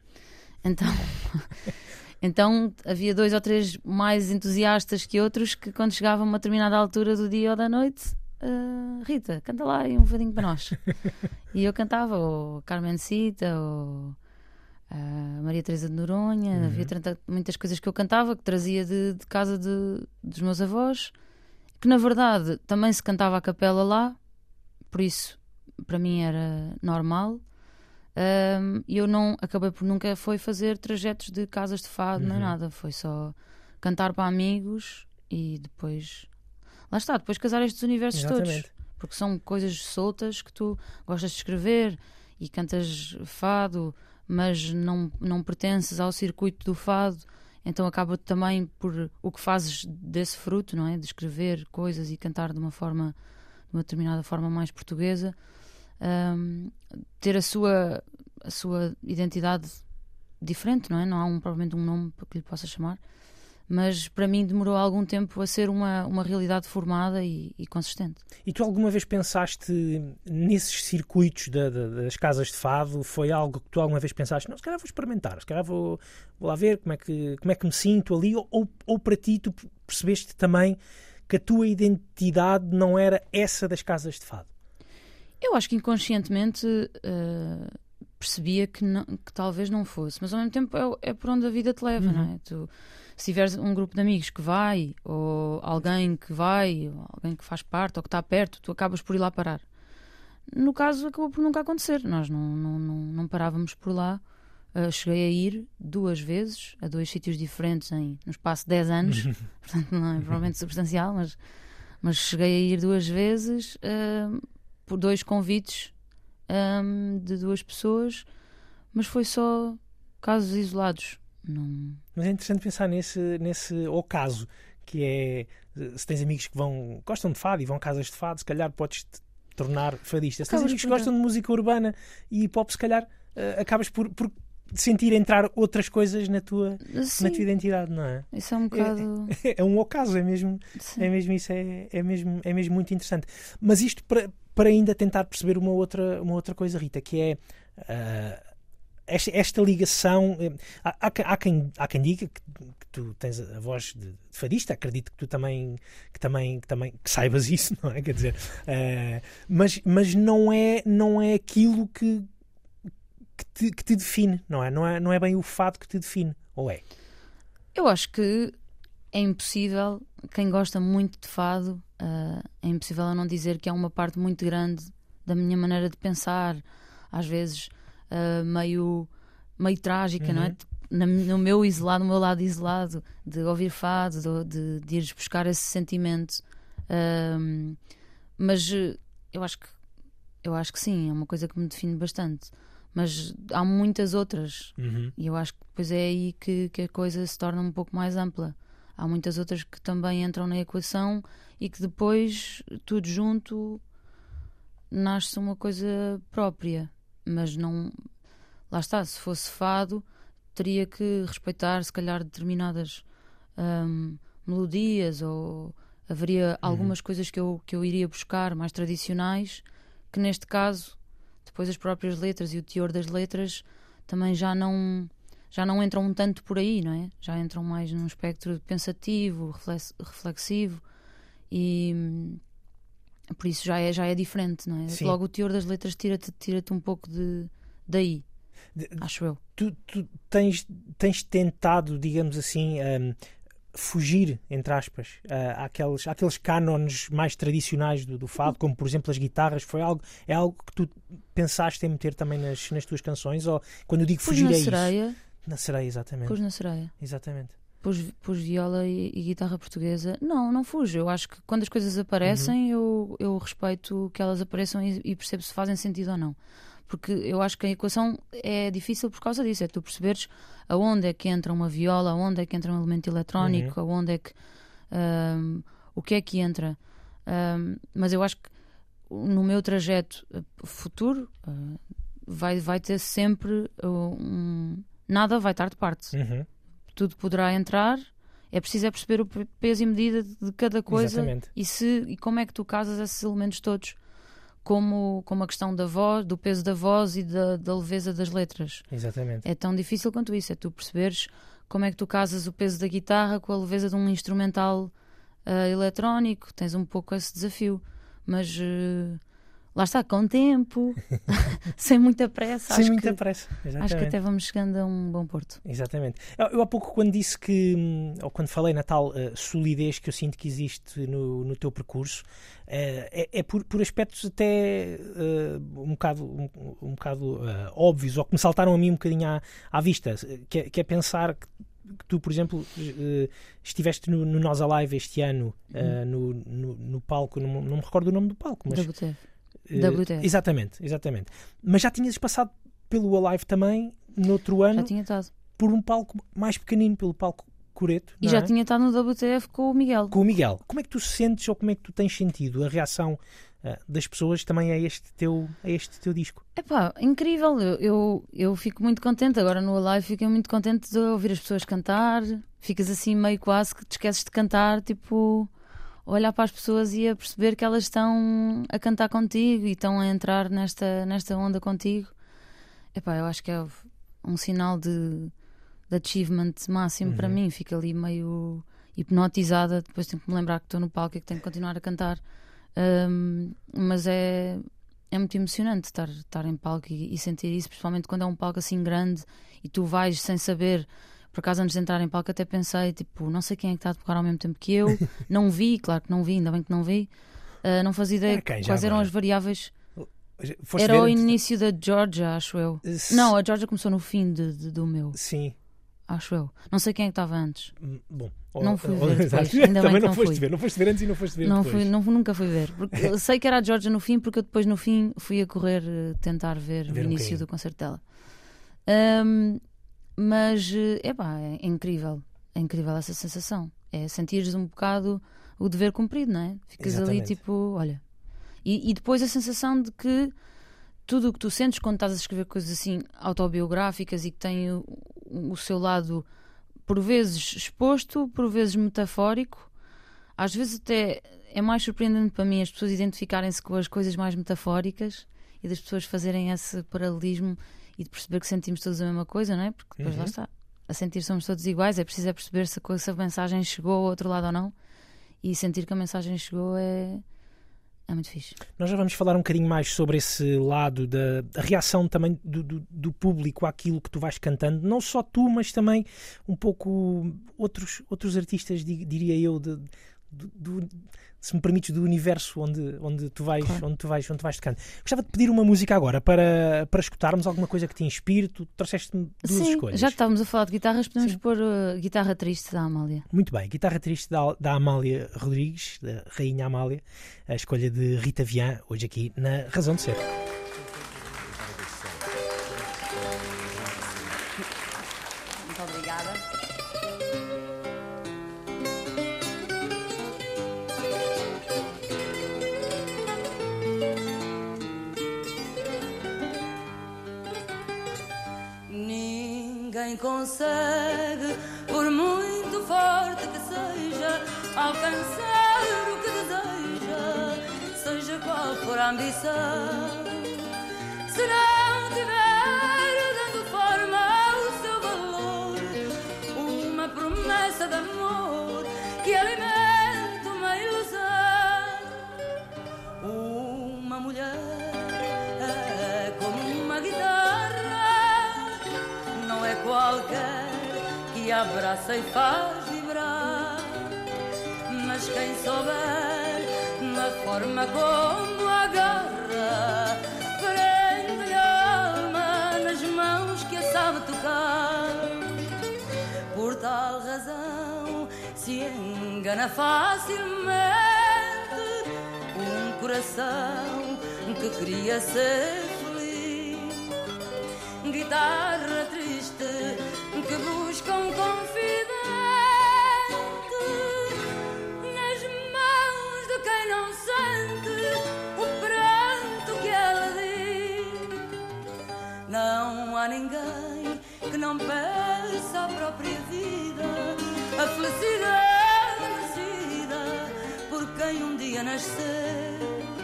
Então havia 2 ou 3 mais entusiastas que outros que, quando chegavam a uma determinada altura do dia ou da noite, Rita, canta lá aí um bocadinho para nós. E eu cantava, ou Carmencita, ou a Maria Teresa de Noronha. Havia muitas coisas que eu cantava, que trazia de casa dos meus avós, que na verdade também se cantava a capela lá, por isso para mim era normal. E eu não acabei por nunca foi fazer trajetos de casas de fado, nem nada, foi só cantar para amigos e depois, lá está, depois casar estes universos todos, porque são coisas soltas que tu gostas de escrever e cantas fado, mas não pertences ao circuito do fado, então acaba também por o que fazes desse fruto, não é? De escrever coisas e cantar de uma determinada forma mais portuguesa, ter a sua identidade diferente, não é? Não há provavelmente um nome para que lhe possa chamar, mas para mim demorou algum tempo a ser uma realidade formada e consistente. E tu alguma vez pensaste nesses circuitos das casas de fado? Foi algo que tu alguma vez pensaste, não, se calhar vou experimentar, se calhar vou lá ver como é que me sinto ali, ou para ti tu percebeste também que a tua identidade não era essa das casas de fado? Eu acho que inconscientemente percebia que talvez não fosse, mas ao mesmo tempo é por onde a vida te leva, não é? Se tiveres um grupo de amigos que vai, ou alguém que vai, ou alguém que faz parte, ou que está perto, tu acabas por ir lá parar. No caso, acabou por nunca acontecer. Nós não parávamos por lá. Cheguei a ir 2 vezes a 2 sítios diferentes no espaço de 10 anos. Portanto, não é provavelmente substancial, mas cheguei a ir 2 vezes por 2 convites de 2 pessoas, mas foi só casos isolados. Não... Mas é interessante pensar nesse ocaso, que é, se tens amigos que gostam de fado e vão a casas de fado, se calhar podes te tornar fadista. Se tens amigos que gostam de música urbana e hip-hop, se calhar acabas por sentir entrar outras coisas na tua identidade, não é? Isso é um bocado... É um ocaso, é mesmo isso, é mesmo muito interessante. Mas isto para ainda tentar perceber uma outra coisa, Rita, que é esta ligação. Há quem diga que tu tens a voz de fadista, acredito que tu também que saibas isso, não é? Quer dizer, mas não é aquilo que te define, não é? Não é bem o fado que te define, ou é? Eu acho que é impossível, quem gosta muito de fado, é impossível eu não dizer que é uma parte muito grande da minha maneira de pensar, às vezes meio trágica, não é? No meu lado isolado, de ouvir fado, de ires buscar esse sentimento. Mas eu acho que sim, é uma coisa que me define bastante. Mas há muitas outras, e eu acho que depois é aí que a coisa se torna um pouco mais ampla. Há muitas outras que também entram na equação e que depois, tudo junto, nasce uma coisa própria. Mas não... Lá está, se fosse fado, teria que respeitar, se calhar, determinadas melodias, ou haveria algumas coisas que eu iria buscar, mais tradicionais, que neste caso, depois as próprias letras e o teor das letras também já não entram um tanto por aí, não é? Já entram mais num espectro pensativo, reflexivo, e por isso já é diferente, não é? Sim. Logo o teor das letras tira-te um pouco daí, acho eu. Tu tens tentado, digamos assim, fugir, entre aspas, àqueles cânones mais tradicionais do fado, como por exemplo as guitarras. É algo que tu pensaste em meter também nas tuas canções? Ou quando eu digo fugir, é isso? Na sereia, exatamente. Pus na sereia. Exatamente. Pus viola e guitarra portuguesa. Não fujo. Eu acho que quando as coisas aparecem, eu respeito que elas apareçam e percebo se fazem sentido ou não. Porque eu acho que a equação é difícil por causa disso. É tu perceberes aonde é que entra uma viola, aonde é que entra um elemento eletrónico, aonde é que... o que é que entra. Mas eu acho que no meu trajeto futuro vai ter sempre nada vai estar de parte. tudo poderá entrar. É preciso perceber o peso e medida de cada coisa. Exatamente. E como é que tu casas esses elementos todos, como a questão da voz, do peso da voz e da leveza das letras. Exatamente. É tão difícil quanto isso, é tu perceberes como é que tu casas o peso da guitarra com a leveza de um instrumental eletrónico. Tens um pouco esse desafio, mas lá está, com tempo, sem muita pressa. Sem muita pressa, exatamente. Acho que até vamos chegando a um bom porto. Exatamente. Eu há pouco, quando disse que, ou quando falei na tal solidez que eu sinto que existe no teu percurso, é por aspectos até um bocado óbvios, ou que me saltaram a mim um bocadinho à vista, que é pensar que tu, por exemplo, estiveste no Nós Alive este ano, no palco, não me recordo o nome do palco, mas... WTF. Exatamente. Mas já tinhas passado pelo Alive também, no outro ano, já tinha estado por um palco mais pequenino, pelo palco Coreto. E já tinha estado no WTF com o Miguel. Com o Miguel. Como é que tu sentes, ou como é que tu tens sentido a reação das pessoas também a este teu disco? Epá, incrível. Eu fico muito contente. Agora no Alive fiquei muito contente de ouvir as pessoas cantar. Ficas assim meio quase que te esqueces de cantar, tipo... olhar para as pessoas e a perceber que elas estão a cantar contigo e estão a entrar nesta onda contigo. Epá, eu acho que é um sinal de achievement máximo para mim. Fico ali meio hipnotizada, depois tenho que me lembrar que estou no palco e que tenho que continuar a cantar. Mas é muito emocionante estar em palco e sentir isso, principalmente quando é um palco assim grande e tu vais sem saber. Por acaso, antes de entrar em palco, até pensei, tipo, não sei quem é que está a tocar ao mesmo tempo que eu. Não vi, claro que não vi, ainda bem que não vi. Não fazia ideia quais eram as variáveis. Era o início da Georgia, acho eu. Não, a Georgia começou no fim do meu. Sim. Acho eu. Não sei quem é que estava antes. Bom, não fui ver depois. Ainda também bem que não foste ver. Não foste ver antes e não foste ver depois. Nunca fui ver. Porque eu sei que era a Georgia no fim, porque eu depois no fim fui a correr tentar ver o início do concerto dela. Mas é incrível. É incrível essa sensação. É sentires um bocado o dever cumprido, não é? Ficas ali tipo, olha. E depois a sensação de que tudo o que tu sentes quando estás a escrever coisas assim autobiográficas e que tem o seu lado por vezes exposto, por vezes metafórico, às vezes até é mais surpreendente para mim as pessoas identificarem-se com as coisas mais metafóricas e das pessoas fazerem esse paralelismo e de perceber que sentimos todos a mesma coisa, não é? Porque depois lá está, a sentir somos todos iguais, é preciso perceber se a mensagem chegou ao outro lado ou não, e sentir que a mensagem chegou é muito fixe. Nós já vamos falar um bocadinho mais sobre esse lado da reação também do público àquilo que tu vais cantando, não só tu, mas também um pouco outros artistas, diria eu, se me permites, do universo onde tu vais, claro. onde tu vais tocando. Gostava de pedir uma música agora para escutarmos alguma coisa que te inspire. Tu trouxeste-me duas escolhas. Já que estávamos a falar de guitarras, podemos pôr Guitarra Triste da Amália. Muito bem, Guitarra Triste da Amália Rodrigues, da Rainha Amália, a escolha de Rita Vian, hoje aqui na Razão de Ser. Muito obrigada. Ninguém consegue, por muito forte que seja, alcançar o que deseja, seja qual for a ambição. Se não tiver dando forma ao seu valor, uma promessa de amor que alimenta uma ilusão. Uma mulher é como uma guitarra, não é qualquer que abraça e faz vibrar, mas quem souber na forma como agarra, prende-lhe a alma nas mãos que a sabe tocar. Por tal razão se engana facilmente um coração que queria ser feliz. Guitarra triste que busca um confidente nas mãos de quem não sente o pranto que ela diz. Não há ninguém que não peça a própria vida sem um dia nascer.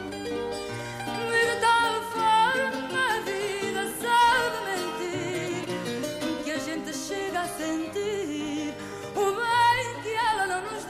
De tal forma a vida sabe mentir, que a gente chega a sentir o bem que ela não nos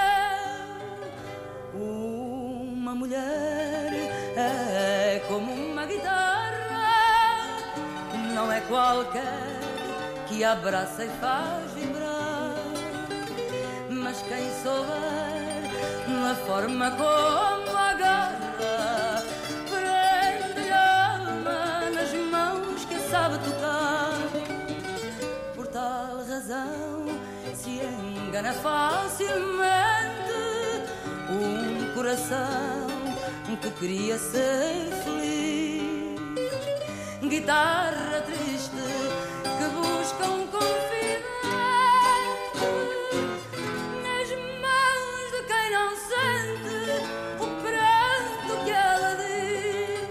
deu. Uma mulher é como uma guitarra, não é qualquer que abraça e faz vibrar, mas quem souber na forma como agarra, prende-lhe a alma nas mãos que sabe tocar. Por tal razão se engana facilmente um coração que queria ser feliz. Guitarra triste que busca um confidente nas mãos de quem não sente o pranto que ela diz.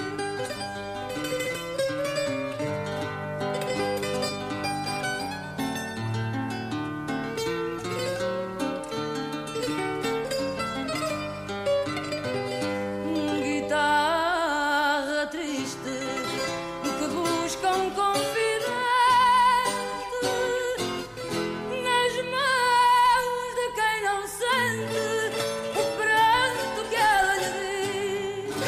Guitarra triste que busca um confidente nas mãos de quem não sente o pranto que ela lhe diz.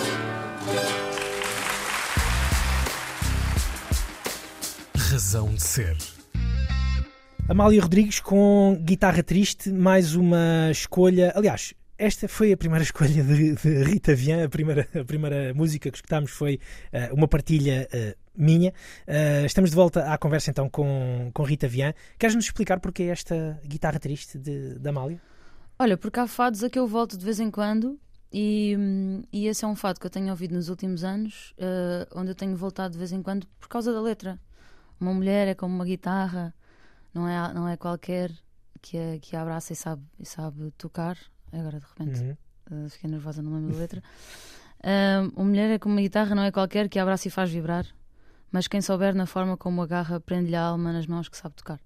Razão de ser. Amália Rodrigues com Guitarra Triste, mais uma escolha. Aliás, esta foi a primeira escolha de Rita Vian. A primeira música que escutámos foi uma partilha minha. Estamos de volta à conversa então com Rita Vian. Queres-nos explicar porque esta Guitarra Triste da Amália? Olha, porque há fados a que eu volto de vez em quando e esse é um fado que eu tenho ouvido nos últimos anos, onde eu tenho voltado de vez em quando por causa da letra. Uma mulher é como uma guitarra, não é qualquer que a abraça e sabe tocar. Agora de repente fiquei nervosa, não lembro da letra. Uma mulher é como uma guitarra, não é qualquer que a abraça e faz vibrar, mas quem souber na forma como agarra, prende-lhe a alma nas mãos que sabe tocar.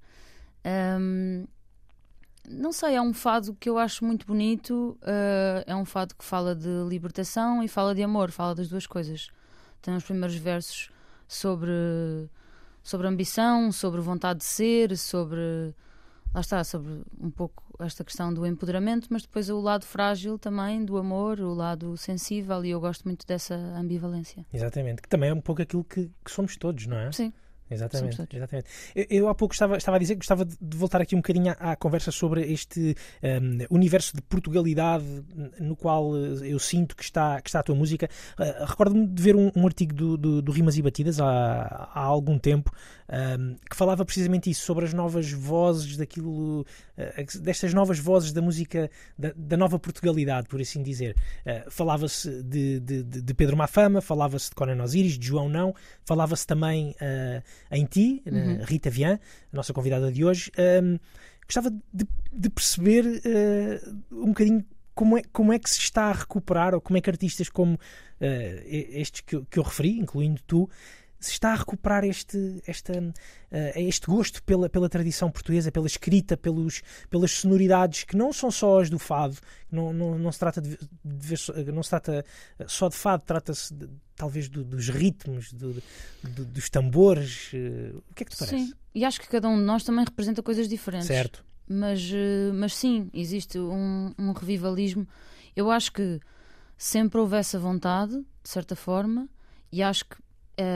Não sei, é um fado que eu acho muito bonito. É um fado que fala de libertação e fala de amor, fala das duas coisas. Tem os primeiros versos sobre ambição, sobre vontade de ser, sobre um pouco esta questão do empoderamento, mas depois o lado frágil também do amor, o lado sensível, e eu gosto muito dessa ambivalência. Exatamente, que também é um pouco aquilo que somos todos, não é? Sim. Exatamente. Eu há pouco estava a dizer que gostava de voltar aqui um bocadinho à conversa sobre este universo de Portugalidade no qual eu sinto que está a tua música. Recordo-me de ver um artigo do Rimas e Batidas há algum tempo que falava precisamente isso, sobre as novas vozes destas novas vozes da música da nova Portugalidade, por assim dizer. Falava-se de Pedro Mafama, falava-se de Conan Osiris, de João Não, falava-se também em ti, Rita Vian, a nossa convidada de hoje. Gostava de perceber um bocadinho como é que se está a recuperar, ou como é que artistas como estes que eu referi, incluindo tu, se está a recuperar este gosto pela tradição portuguesa, pela escrita, pelas sonoridades que não são só as do fado. Não se trata não se trata só de fado, trata-se talvez dos ritmos, dos tambores. O que é que te parece? Sim, e acho que cada um de nós também representa coisas diferentes. Certo. Mas sim, existe um revivalismo. Eu acho que sempre houve essa vontade, de certa forma, e acho que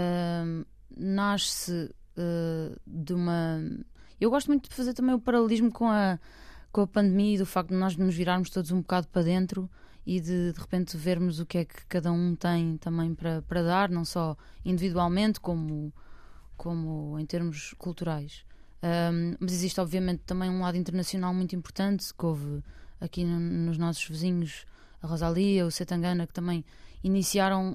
nasce de uma... Eu gosto muito de fazer também o paralelismo com a pandemia e do facto de nós nos virarmos todos um bocado para dentro e de repente vermos o que é que cada um tem também para dar, não só individualmente como em termos culturais. Mas existe obviamente também um lado internacional muito importante, que houve aqui nos nossos vizinhos, a Rosalia, o Setangana, que também iniciaram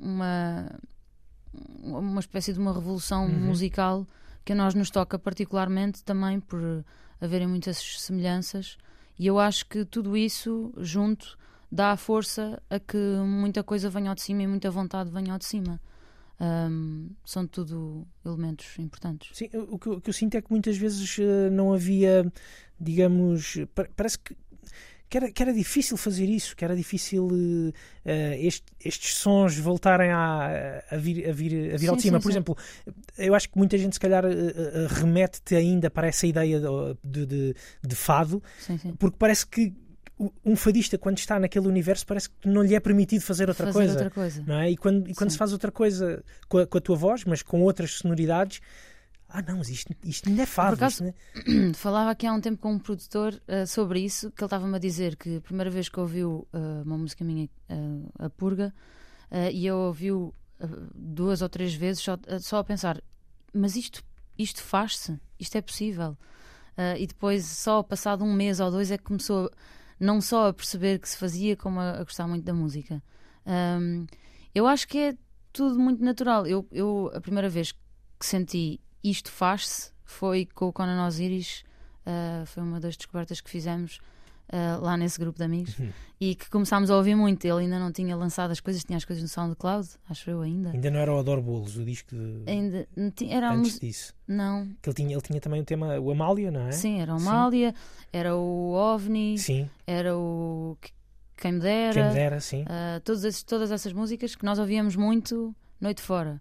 uma espécie de uma revolução musical que a nós nos toca particularmente também por haverem muitas semelhanças, e eu acho que tudo isso junto dá a força a que muita coisa venha ao de cima e muita vontade venha ao de cima. São tudo elementos importantes. Sim, o que eu sinto é que muitas vezes não havia, digamos, parece que que era difícil fazer isso, que era difícil estes sons voltarem a vir ao de cima. Por exemplo, eu acho que muita gente se calhar remete-te ainda para essa ideia de fado, porque parece que um fadista, quando está naquele universo, parece que não lhe é permitido fazer outra coisa. Não é? E quando se faz outra coisa com a tua voz, mas com outras sonoridades, não, mas isto não é fado. Por acaso, falava aqui há um tempo com um produtor sobre isso, que ele estava-me a dizer que a primeira vez que ouviu uma música minha, a Purga, e eu ouvi-o 2 ou 3 vezes só a pensar, mas isto faz-se, isto é possível. E depois, só passado 1 mês ou 2, é que começou não só a perceber que se fazia, como a gostar muito da música. Eu acho que é tudo muito natural. Eu a primeira vez que senti isto faz-se foi com o Conan Osiris. Foi uma das descobertas que fizemos lá nesse grupo de amigos, e que começámos a ouvir muito. Ele ainda não tinha lançado as coisas, tinha as coisas no SoundCloud, acho eu ainda. Ainda não era o Adoro Bolos, o disco ainda era antes disso. Não. Que ele tinha também o tema, o Amália, não é? Sim, era o Amália, era o OVNI, sim. Era o Quem Me Dera. Quem Me Dera, sim. Todas essas músicas que nós ouvíamos muito noite fora.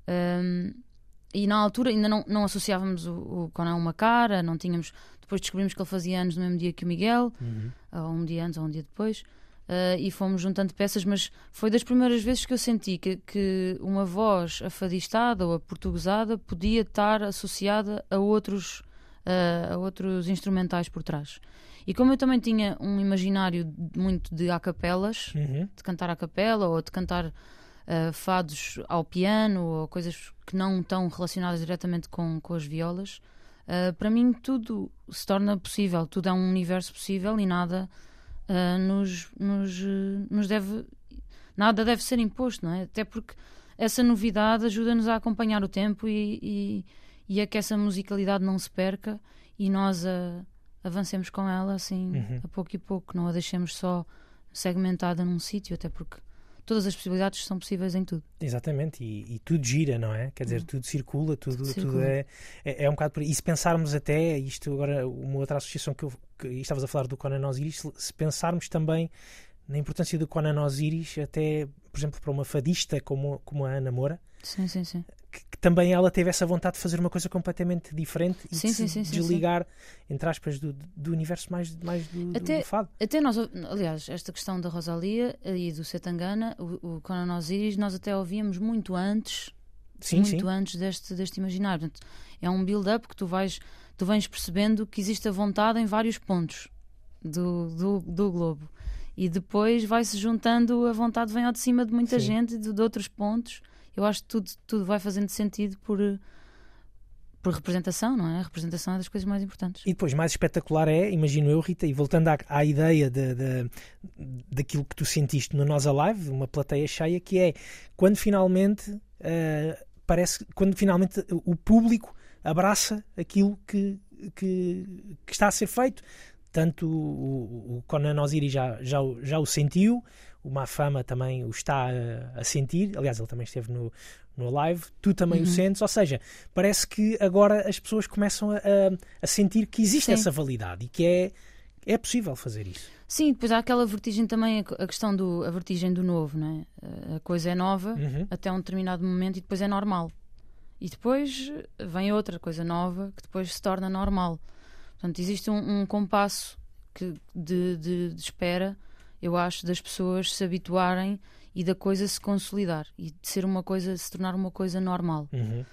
E na altura ainda não associávamos o Conan a uma cara, não tínhamos. Depois descobrimos que ele fazia anos no mesmo dia que o Miguel, ou um dia antes ou um dia depois, e fomos juntando peças, mas foi das primeiras vezes que eu senti que uma voz afadistada ou aportuguesada podia estar associada a outros instrumentais por trás. E como eu também tinha um imaginário muito de acapelas, de cantar a capela ou de cantar fados ao piano ou coisas que não estão relacionadas diretamente com as violas, para mim tudo se torna possível, tudo é um universo possível e nada deve ser imposto, não é? Até porque essa novidade ajuda-nos a acompanhar o tempo e a que essa musicalidade não se perca e nós avancemos com ela assim a pouco e pouco, não a deixemos só segmentada num sítio, até porque todas as possibilidades são possíveis em tudo. Exatamente, e tudo gira, não é? Quer dizer, tudo circula, tudo é um bocado por aí. E se pensarmos até, isto agora, uma outra associação que estavas a falar do Conan Osiris, se pensarmos também na importância do Conan Osiris, até, por exemplo, para uma fadista como a Ana Moura, sim. Que também ela teve essa vontade de fazer uma coisa completamente diferente e de se desligar, entre aspas, do universo mais do fado. Até nós, aliás, esta questão da Rosalia e do Setangana, o Conan Osiris, nós até ouvíamos muito antes, antes deste imaginário. Portanto, é um build-up que tu vens percebendo que existe a vontade em vários pontos do globo. E depois vai-se juntando, a vontade vem ao de cima de muita gente de outros pontos. Eu acho que tudo vai fazendo sentido por representação, não é? A representação é das coisas mais importantes. E depois, mais espetacular imagino eu, Rita, e voltando à ideia daquilo que tu sentiste no Nós Alive, uma plateia cheia, que é quando finalmente o público abraça aquilo que está a ser feito. Tanto o Conan Osiris já o sentiu, o Mafama também o está a sentir, aliás ele também esteve no live, tu também o sentes, ou seja, parece que agora as pessoas começam a sentir que existe essa validade e que é possível fazer isso. Sim, depois há aquela vertigem também, a questão a vertigem do novo, não é? A coisa é nova até um determinado momento e depois é normal. E depois vem outra coisa nova que depois se torna normal. Portanto, existe um compasso de espera, eu acho, das pessoas se habituarem e da coisa se consolidar e de se tornar uma coisa normal.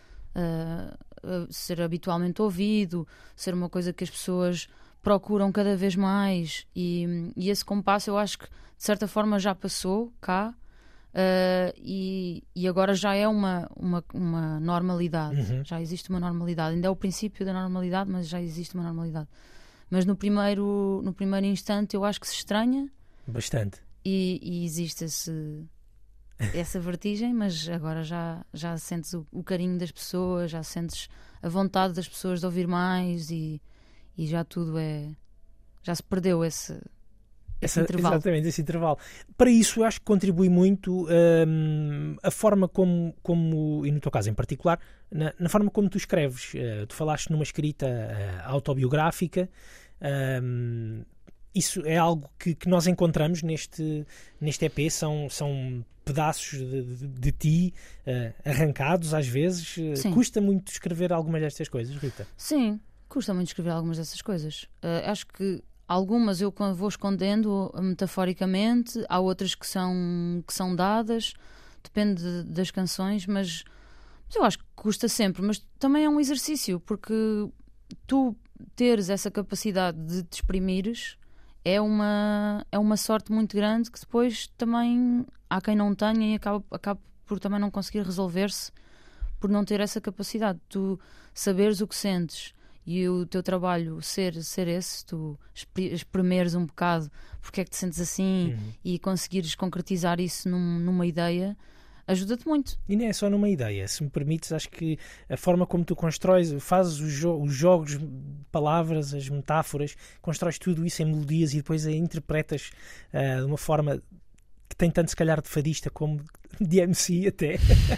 Ser habitualmente ouvido, ser uma coisa que as pessoas procuram cada vez mais e esse compasso eu acho que de certa forma já passou cá e agora já é uma normalidade. Já existe uma normalidade, ainda é o princípio da normalidade, mas já existe uma normalidade. Mas no primeiro instante eu acho que se estranha bastante e existe essa vertigem, mas agora já sentes o carinho das pessoas, já sentes a vontade das pessoas de ouvir mais e já tudo já se perdeu esse intervalo. Exatamente, esse intervalo. Para isso eu acho que contribui muito a forma como, e no teu caso em particular, na forma como tu escreves. Tu falaste numa escrita autobiográfica, isso é algo que nós encontramos neste EP, são pedaços de ti, arrancados às vezes. Sim. Custa muito escrever algumas destas coisas, Rita? Sim, custa muito escrever algumas dessas coisas. Acho que algumas eu vou escondendo metaforicamente, há outras que são dadas, depende das canções, mas eu acho que custa sempre. Mas também é um exercício, porque tu teres essa capacidade de te exprimires é uma sorte muito grande, que depois também há quem não tenha e acaba por também não conseguir resolver-se por não ter essa capacidade. Tu saberes o que sentes e o teu trabalho ser esse, tu espremeres um bocado porque é que te sentes assim e conseguires concretizar isso numa ideia, ajuda-te muito. E não é só numa ideia, se me permites, acho que a forma como tu constróis, fazes os jogos de palavras, as metáforas, constróis tudo isso em melodias e depois a interpretas de uma forma que tem tanto se calhar de fadista como de MC até.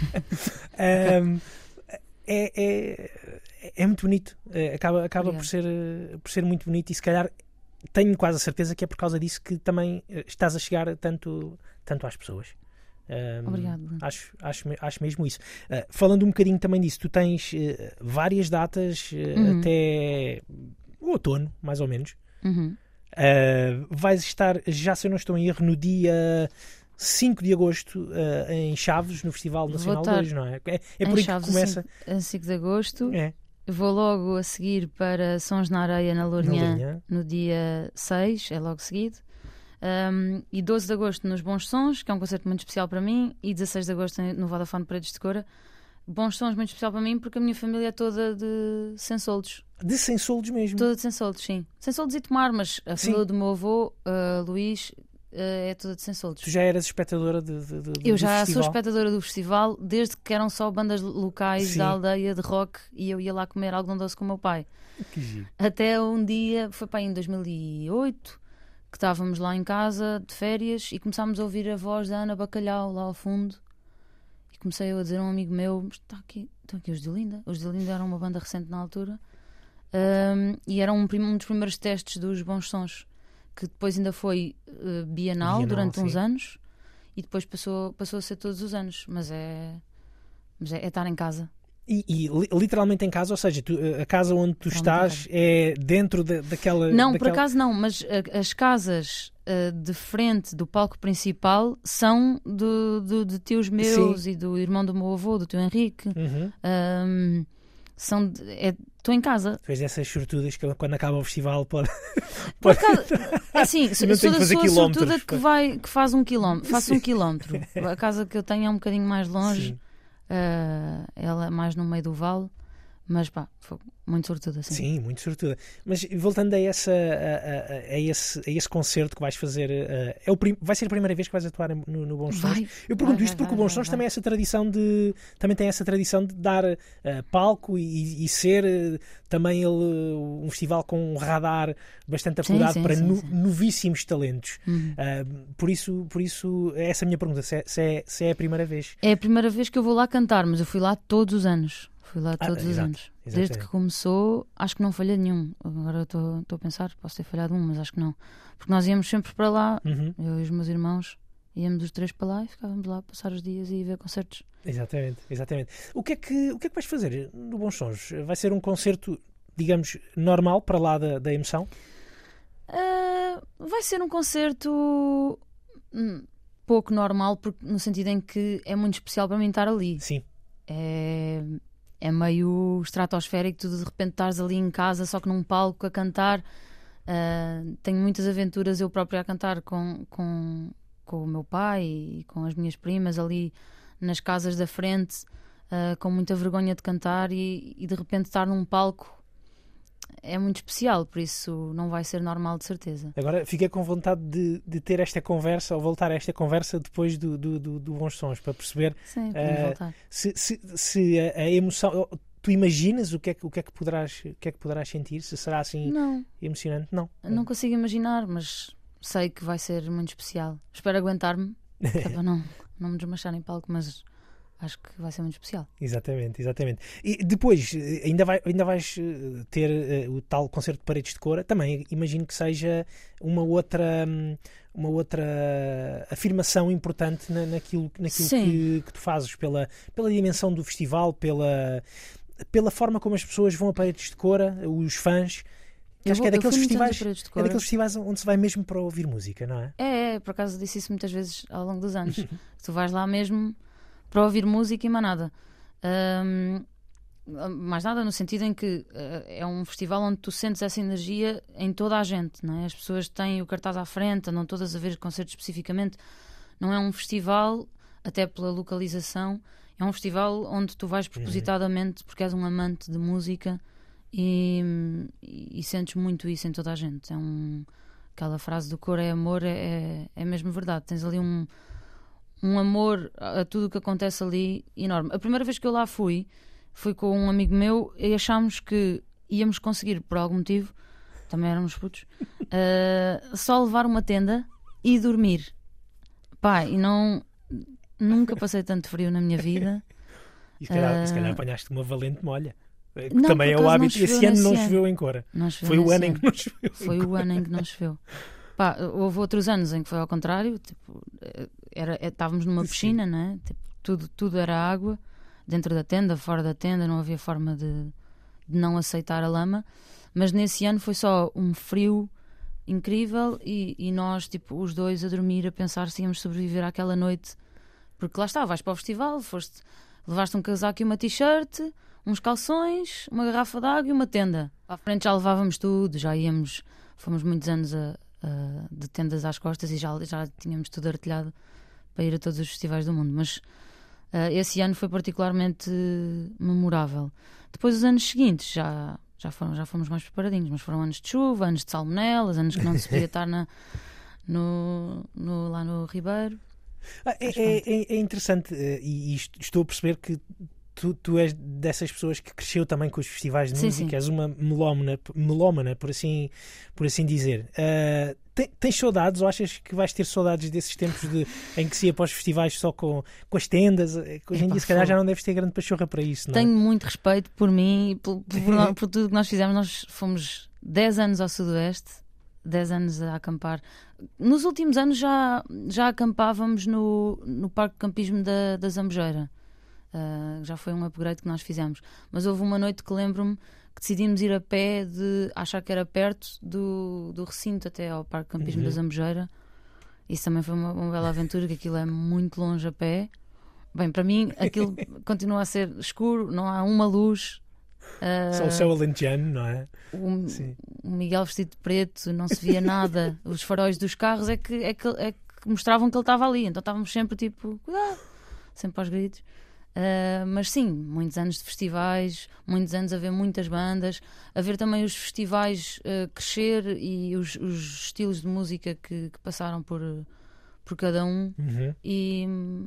É muito bonito, acaba por ser muito bonito, e se calhar tenho quase a certeza que é por causa disso que também estás a chegar tanto às pessoas. Obrigado, Bruno. Acho mesmo isso. Falando um bocadinho também disso, tu tens várias datas até o outono, mais ou menos. Vais estar, já se eu não estou em erro, no dia 5 de agosto em Chaves, no Festival Nacional 2, não é? É por aí Chaves, que começa. A 5 de agosto. É. Vou logo a seguir para Sons na Areia, na Lourinhã, no dia 6, é logo seguido. E 12 de agosto nos Bons Sons, que é um concerto muito especial para mim, e 16 de agosto no Vodafone Paredes de Cora. Bons Sons muito especial para mim porque a minha família é toda de Sensoldos. De Sensoldos mesmo? Toda de Sensoldos, sim. Sensoldos e Tomar, mas a família do meu avô, Luís, é toda de Sensoldos. Tu já eras espectadora do Eu já festival? sou espectadora do festival desde que eram só bandas locais da aldeia de rock e eu ia lá comer algodão doce com o meu pai. Que giro. Até um dia, foi para aí em 2008, que estávamos lá em casa de férias e começámos a ouvir a voz da Ana Bacalhau lá ao fundo. E comecei a dizer a um amigo meu: estão aqui os de Olinda. Os de Olinda eram uma banda recente na altura. E era um dos primeiros testes dos Bons Sons, que depois ainda foi bienal durante uns anos e depois passou a ser todos os anos. Mas é estar em casa. E literalmente em casa, ou seja, a casa onde tu estás é dentro daquela... Não, por acaso não, mas as casas de frente do palco principal são de tios meus e do irmão do meu avô, do tio Henrique. Estou em casa. Fez essas sortudas que quando acaba o festival pode... Assim, sou da sua sortuda que faz um quilómetro. Faço 1 quilómetro. A casa que eu tenho é um bocadinho mais longe. Sim. Ela é mais no meio do vale, mas pá, foi muito sortuda, assim. Sim, muito sortuda. Mas voltando a esse concerto que vais fazer, vai ser a primeira vez que vais atuar no Bons Sons? Eu pergunto isto porque o Bons Sons também tem essa tradição de dar palco e ser também ele um festival com um radar bastante apurado para novíssimos talentos. Por isso essa é a minha pergunta, se é a primeira vez. É a primeira vez que eu vou lá cantar, mas eu fui lá todos os anos. Fui lá todos os anos. Desde que começou, acho que não falhei nenhum. Agora estou a pensar, posso ter falhado um, mas acho que não. Porque nós íamos sempre para lá, eu e os meus irmãos, íamos os 3 para lá e ficávamos lá a passar os dias e ver concertos. Exatamente. O que é que vais fazer no Bons Sons? Vai ser um concerto, digamos, normal para lá da emoção? Vai ser um concerto pouco normal, no sentido em que é muito especial para mim estar ali. Sim. É meio estratosférico, tu de repente estás ali em casa só que num palco a cantar. Tenho muitas aventuras eu própria a cantar com o meu pai e com as minhas primas ali nas casas da frente, com muita vergonha de cantar e de repente estar num palco é muito especial, por isso não vai ser normal, de certeza. Agora fiquei com vontade de ter esta conversa, ou voltar a esta conversa depois do Bons Sons, para perceber se a emoção... Tu imaginas o que é que poderás sentir? Se será assim emocionante? Não consigo imaginar, mas sei que vai ser muito especial. Espero aguentar-me para não me desmanchar em palco, mas acho que vai ser muito especial. Exatamente. E depois, ainda vais ter o tal concerto de Paredes de Cora. Também imagino que seja uma outra afirmação importante naquilo que tu fazes, pela dimensão do festival, pela forma como as pessoas vão a Paredes de Cora, os fãs. Acho que é daqueles festivais onde se vai mesmo para ouvir música, não é? Por acaso disse isso muitas vezes ao longo dos anos. Tu vais lá mesmo para ouvir música e mais nada. Mais nada no sentido em que é um festival onde tu sentes essa energia em toda a gente, não é? As pessoas têm o cartaz à frente, andam todas a ver concertos especificamente. Não é um festival, até pela localização, é um festival onde tu vais propositadamente porque és um amante de música e sentes muito isso em toda a gente. Aquela frase do cor é amor, é mesmo verdade. Tens ali um amor a tudo o que acontece ali enorme. A primeira vez que eu lá fui com um amigo meu e achámos que íamos conseguir, por algum motivo, também éramos putos, só levar uma tenda e dormir. Pá, e nunca passei tanto frio na minha vida. E se calhar apanhaste uma valente molha. Que também é o hábito. Esse ano não choveu em Cora. Foi o ano em que não choveu. Foi o ano em que não choveu. Pá, houve outros anos em que foi ao contrário. Tipo, estávamos numa piscina, não é? Tipo, tudo era água. Dentro da tenda, fora da tenda, não havia forma de não aceitar a lama. Mas nesse ano foi só um frio incrível e nós, tipo, os dois a dormir, a pensar se íamos sobreviver àquela noite. Porque lá está, vais para o festival, levaste um casaco e uma t-shirt, uns calções, uma garrafa de água e uma tenda. À frente já levávamos tudo, fomos muitos anos de tendas às costas e já tínhamos tudo artilhado para ir a todos os festivais do mundo. Mas esse ano foi particularmente memorável. Depois os anos seguintes já fomos mais preparadinhos, mas foram anos de chuva, anos de salmonelas, anos que não se podia estar lá no Ribeiro. É interessante e estou a perceber que tu és dessas pessoas que cresceu também com os festivais de música, és uma melómana, por assim dizer. Tens saudades ou achas que vais ter saudades desses tempos em que se ia para os festivais só com as tendas? Hoje em dia se calhar já não deves ter grande pachorra para isso, não é? Tenho muito respeito por mim e por tudo que nós fizemos. Nós fomos 10 anos ao Sudoeste, 10 anos a acampar. Nos últimos anos já acampávamos no Parque de Campismo da Zambujeira. Já foi um upgrade que nós fizemos. Mas houve uma noite que lembro-me que decidimos ir a pé, de achar que era perto do recinto até ao Parque de Campismo da Zambujeira. Isso também foi uma bela aventura, que aquilo é muito longe a pé. Bem, para mim aquilo continua a ser escuro, não há uma luz. Só o céu alentejano, não é? O Miguel vestido de preto, não se via nada. Os faróis dos carros é que mostravam que ele estava ali. Então estávamos sempre tipo, cuidado, sempre aos gritos. Mas sim, muitos anos de festivais, muitos anos a ver muitas bandas, a ver também os festivais crescer e os estilos de música que passaram por cada um. E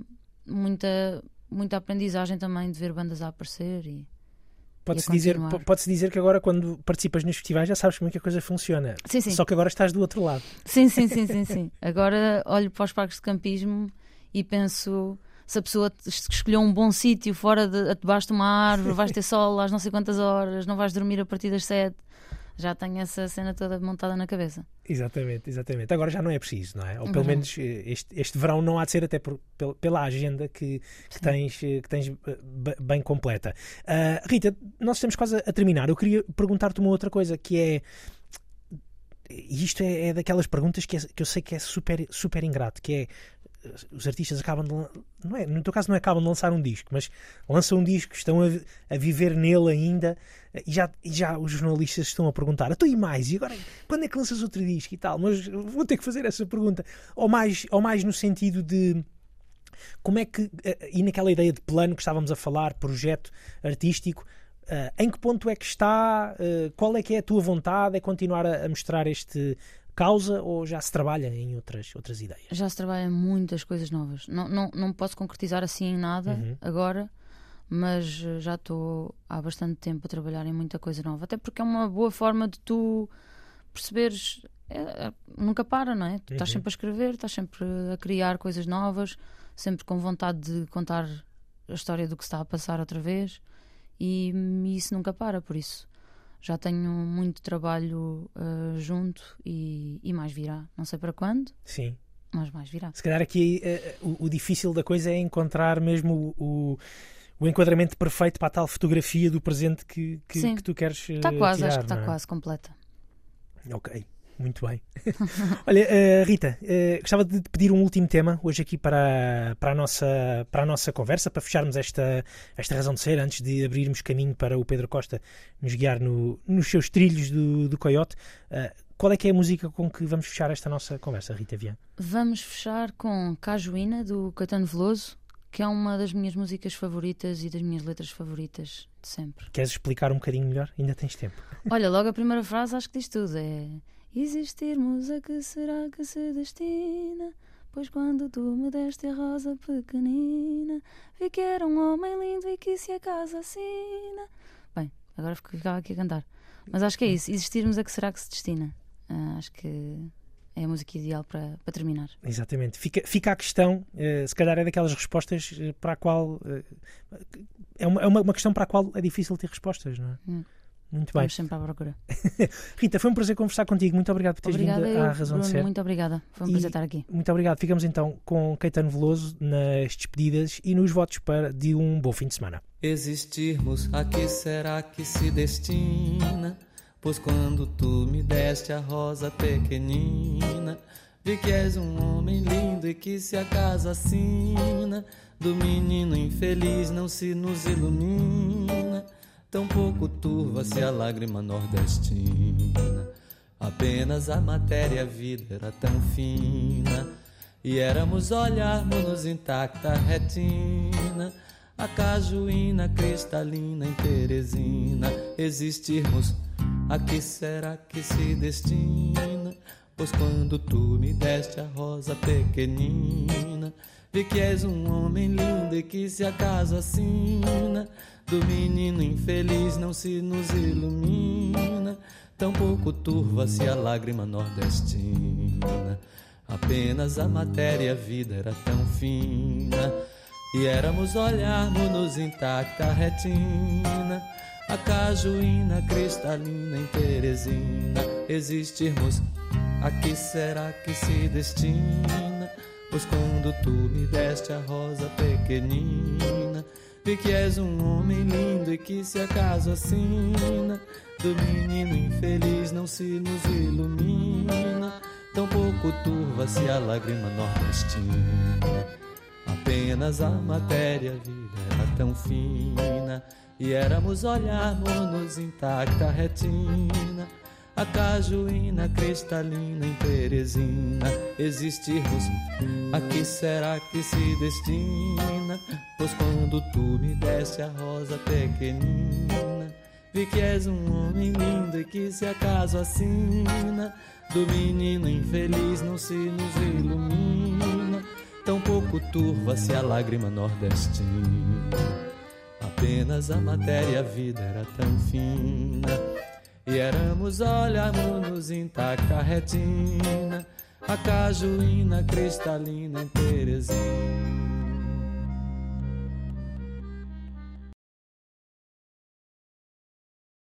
muita aprendizagem também de ver bandas a aparecer e Pode-se dizer que agora, quando participas nos festivais, já sabes como é que a coisa funciona. Sim. Só que agora estás do outro lado. Sim. Agora olho para os parques de campismo e penso: se a pessoa escolheu um bom sítio fora debaixo de uma árvore, vais ter sol às não sei quantas horas, não vais dormir a partir das 7. Já tenho essa cena toda montada na cabeça. Exatamente. Agora já não é preciso, não é? Ou pelo menos este verão não há de ser, até pela agenda que tens bem completa. Rita, nós estamos quase a terminar. Eu queria perguntar-te uma outra coisa, que é... E isto é daquelas perguntas que eu sei que é super, super ingrato, que é... Os artistas acabam no teu caso não acabam de lançar um disco, mas lançam um disco, estão a viver nele ainda, e já os jornalistas estão a perguntar: então e mais? E agora quando é que lanças outro disco e tal? Mas vou ter que fazer essa pergunta, ou mais no sentido de como é que, e naquela ideia de plano que estávamos a falar, projeto artístico, em que ponto é que está, qual é que é a tua vontade? É continuar a mostrar este causa, ou já se trabalha em outras ideias? Já se trabalha em muitas coisas novas. Não posso concretizar assim em nada agora, mas já estou há bastante tempo a trabalhar em muita coisa nova. Até porque é uma boa forma de tu perceberes, nunca para, não é? Tu estás sempre a escrever, estás sempre a criar coisas novas, sempre com vontade de contar a história do que se está a passar outra vez, e isso nunca para, por isso já tenho muito trabalho junto e mais virá. Não sei para quando, Sim. mas mais virá. Se calhar aqui o difícil da coisa é encontrar mesmo o enquadramento perfeito para a tal fotografia do presente que tu queres Está quase, tirar, acho que está não é? quase completa. Ok, muito bem. Olha, Rita, gostava de te pedir um último tema hoje aqui para a nossa conversa, para fecharmos esta razão de ser, antes de abrirmos caminho para o Pedro Costa nos guiar nos seus trilhos do Coyote. Qual é que é a música com que vamos fechar esta nossa conversa, Rita Vian? Vamos fechar com Cajuína, do Caetano Veloso, que é uma das minhas músicas favoritas e das minhas letras favoritas de sempre. Queres explicar um bocadinho melhor? Ainda tens tempo. Olha, logo a primeira frase acho que diz tudo. É: existirmos a que será que se destina? Pois quando tu me deste a rosa pequenina, vi que era um homem lindo e que se a casa assina. Bem, agora ficava aqui a cantar. Mas acho que é isso. Existirmos a que será que se destina? Acho que é a música ideal para terminar. Exatamente. Fica a questão, se calhar é daquelas respostas para a qual... é uma questão para a qual é difícil ter respostas, não é? Muito bem. Vamos sempre à procura. Rita, foi um prazer conversar contigo. Muito obrigado por teres vindo à Razão de Ser. Muito obrigada. Foi um prazer estar aqui. Muito obrigado. Ficamos então com Caetano Veloso nas despedidas e nos votos de um bom fim de semana. Existirmos, a que será que se destina? Pois quando tu me deste a rosa pequenina, vi que és um homem lindo e que se a casa assina, do menino infeliz não se nos ilumina, tão pouco turva-se a lágrima nordestina. Apenas a matéria, a vida era tão fina, e éramos olharmos-nos intacta retina, a cajuína cristalina em Teresina. Existirmos, a que será que se destina? Pois quando tu me deste a rosa pequenina, vi que és um homem lindo e que se acaso assina, do menino infeliz não se nos ilumina, tão pouco turva-se a lágrima nordestina. Apenas a matéria, a vida era tão fina, e éramos olharmos-nos intacta retina, a cajuína cristalina em Teresina. Existirmos, a que será que se destina? Pois quando tu me deste a rosa pequenina, vi que és um homem lindo e que se acaso assina, do menino infeliz não se nos ilumina, tão pouco turva-se a lágrima nordestina. Apenas a matéria, a vida era tão fina, e éramos olharmos-nos intacta retina, a cajuína cristalina em Teresina. Existirmos, a que será que se destina? Pois quando tu me deste a rosa pequenina, vi que és um homem lindo e que se acaso assina, do menino infeliz não se nos ilumina, tão pouco turva-se a lágrima nordestina. Apenas a matéria, a vida era tão fina, e éramos olharmos-nos intacta retina, a cajuína cristalina em Teresina.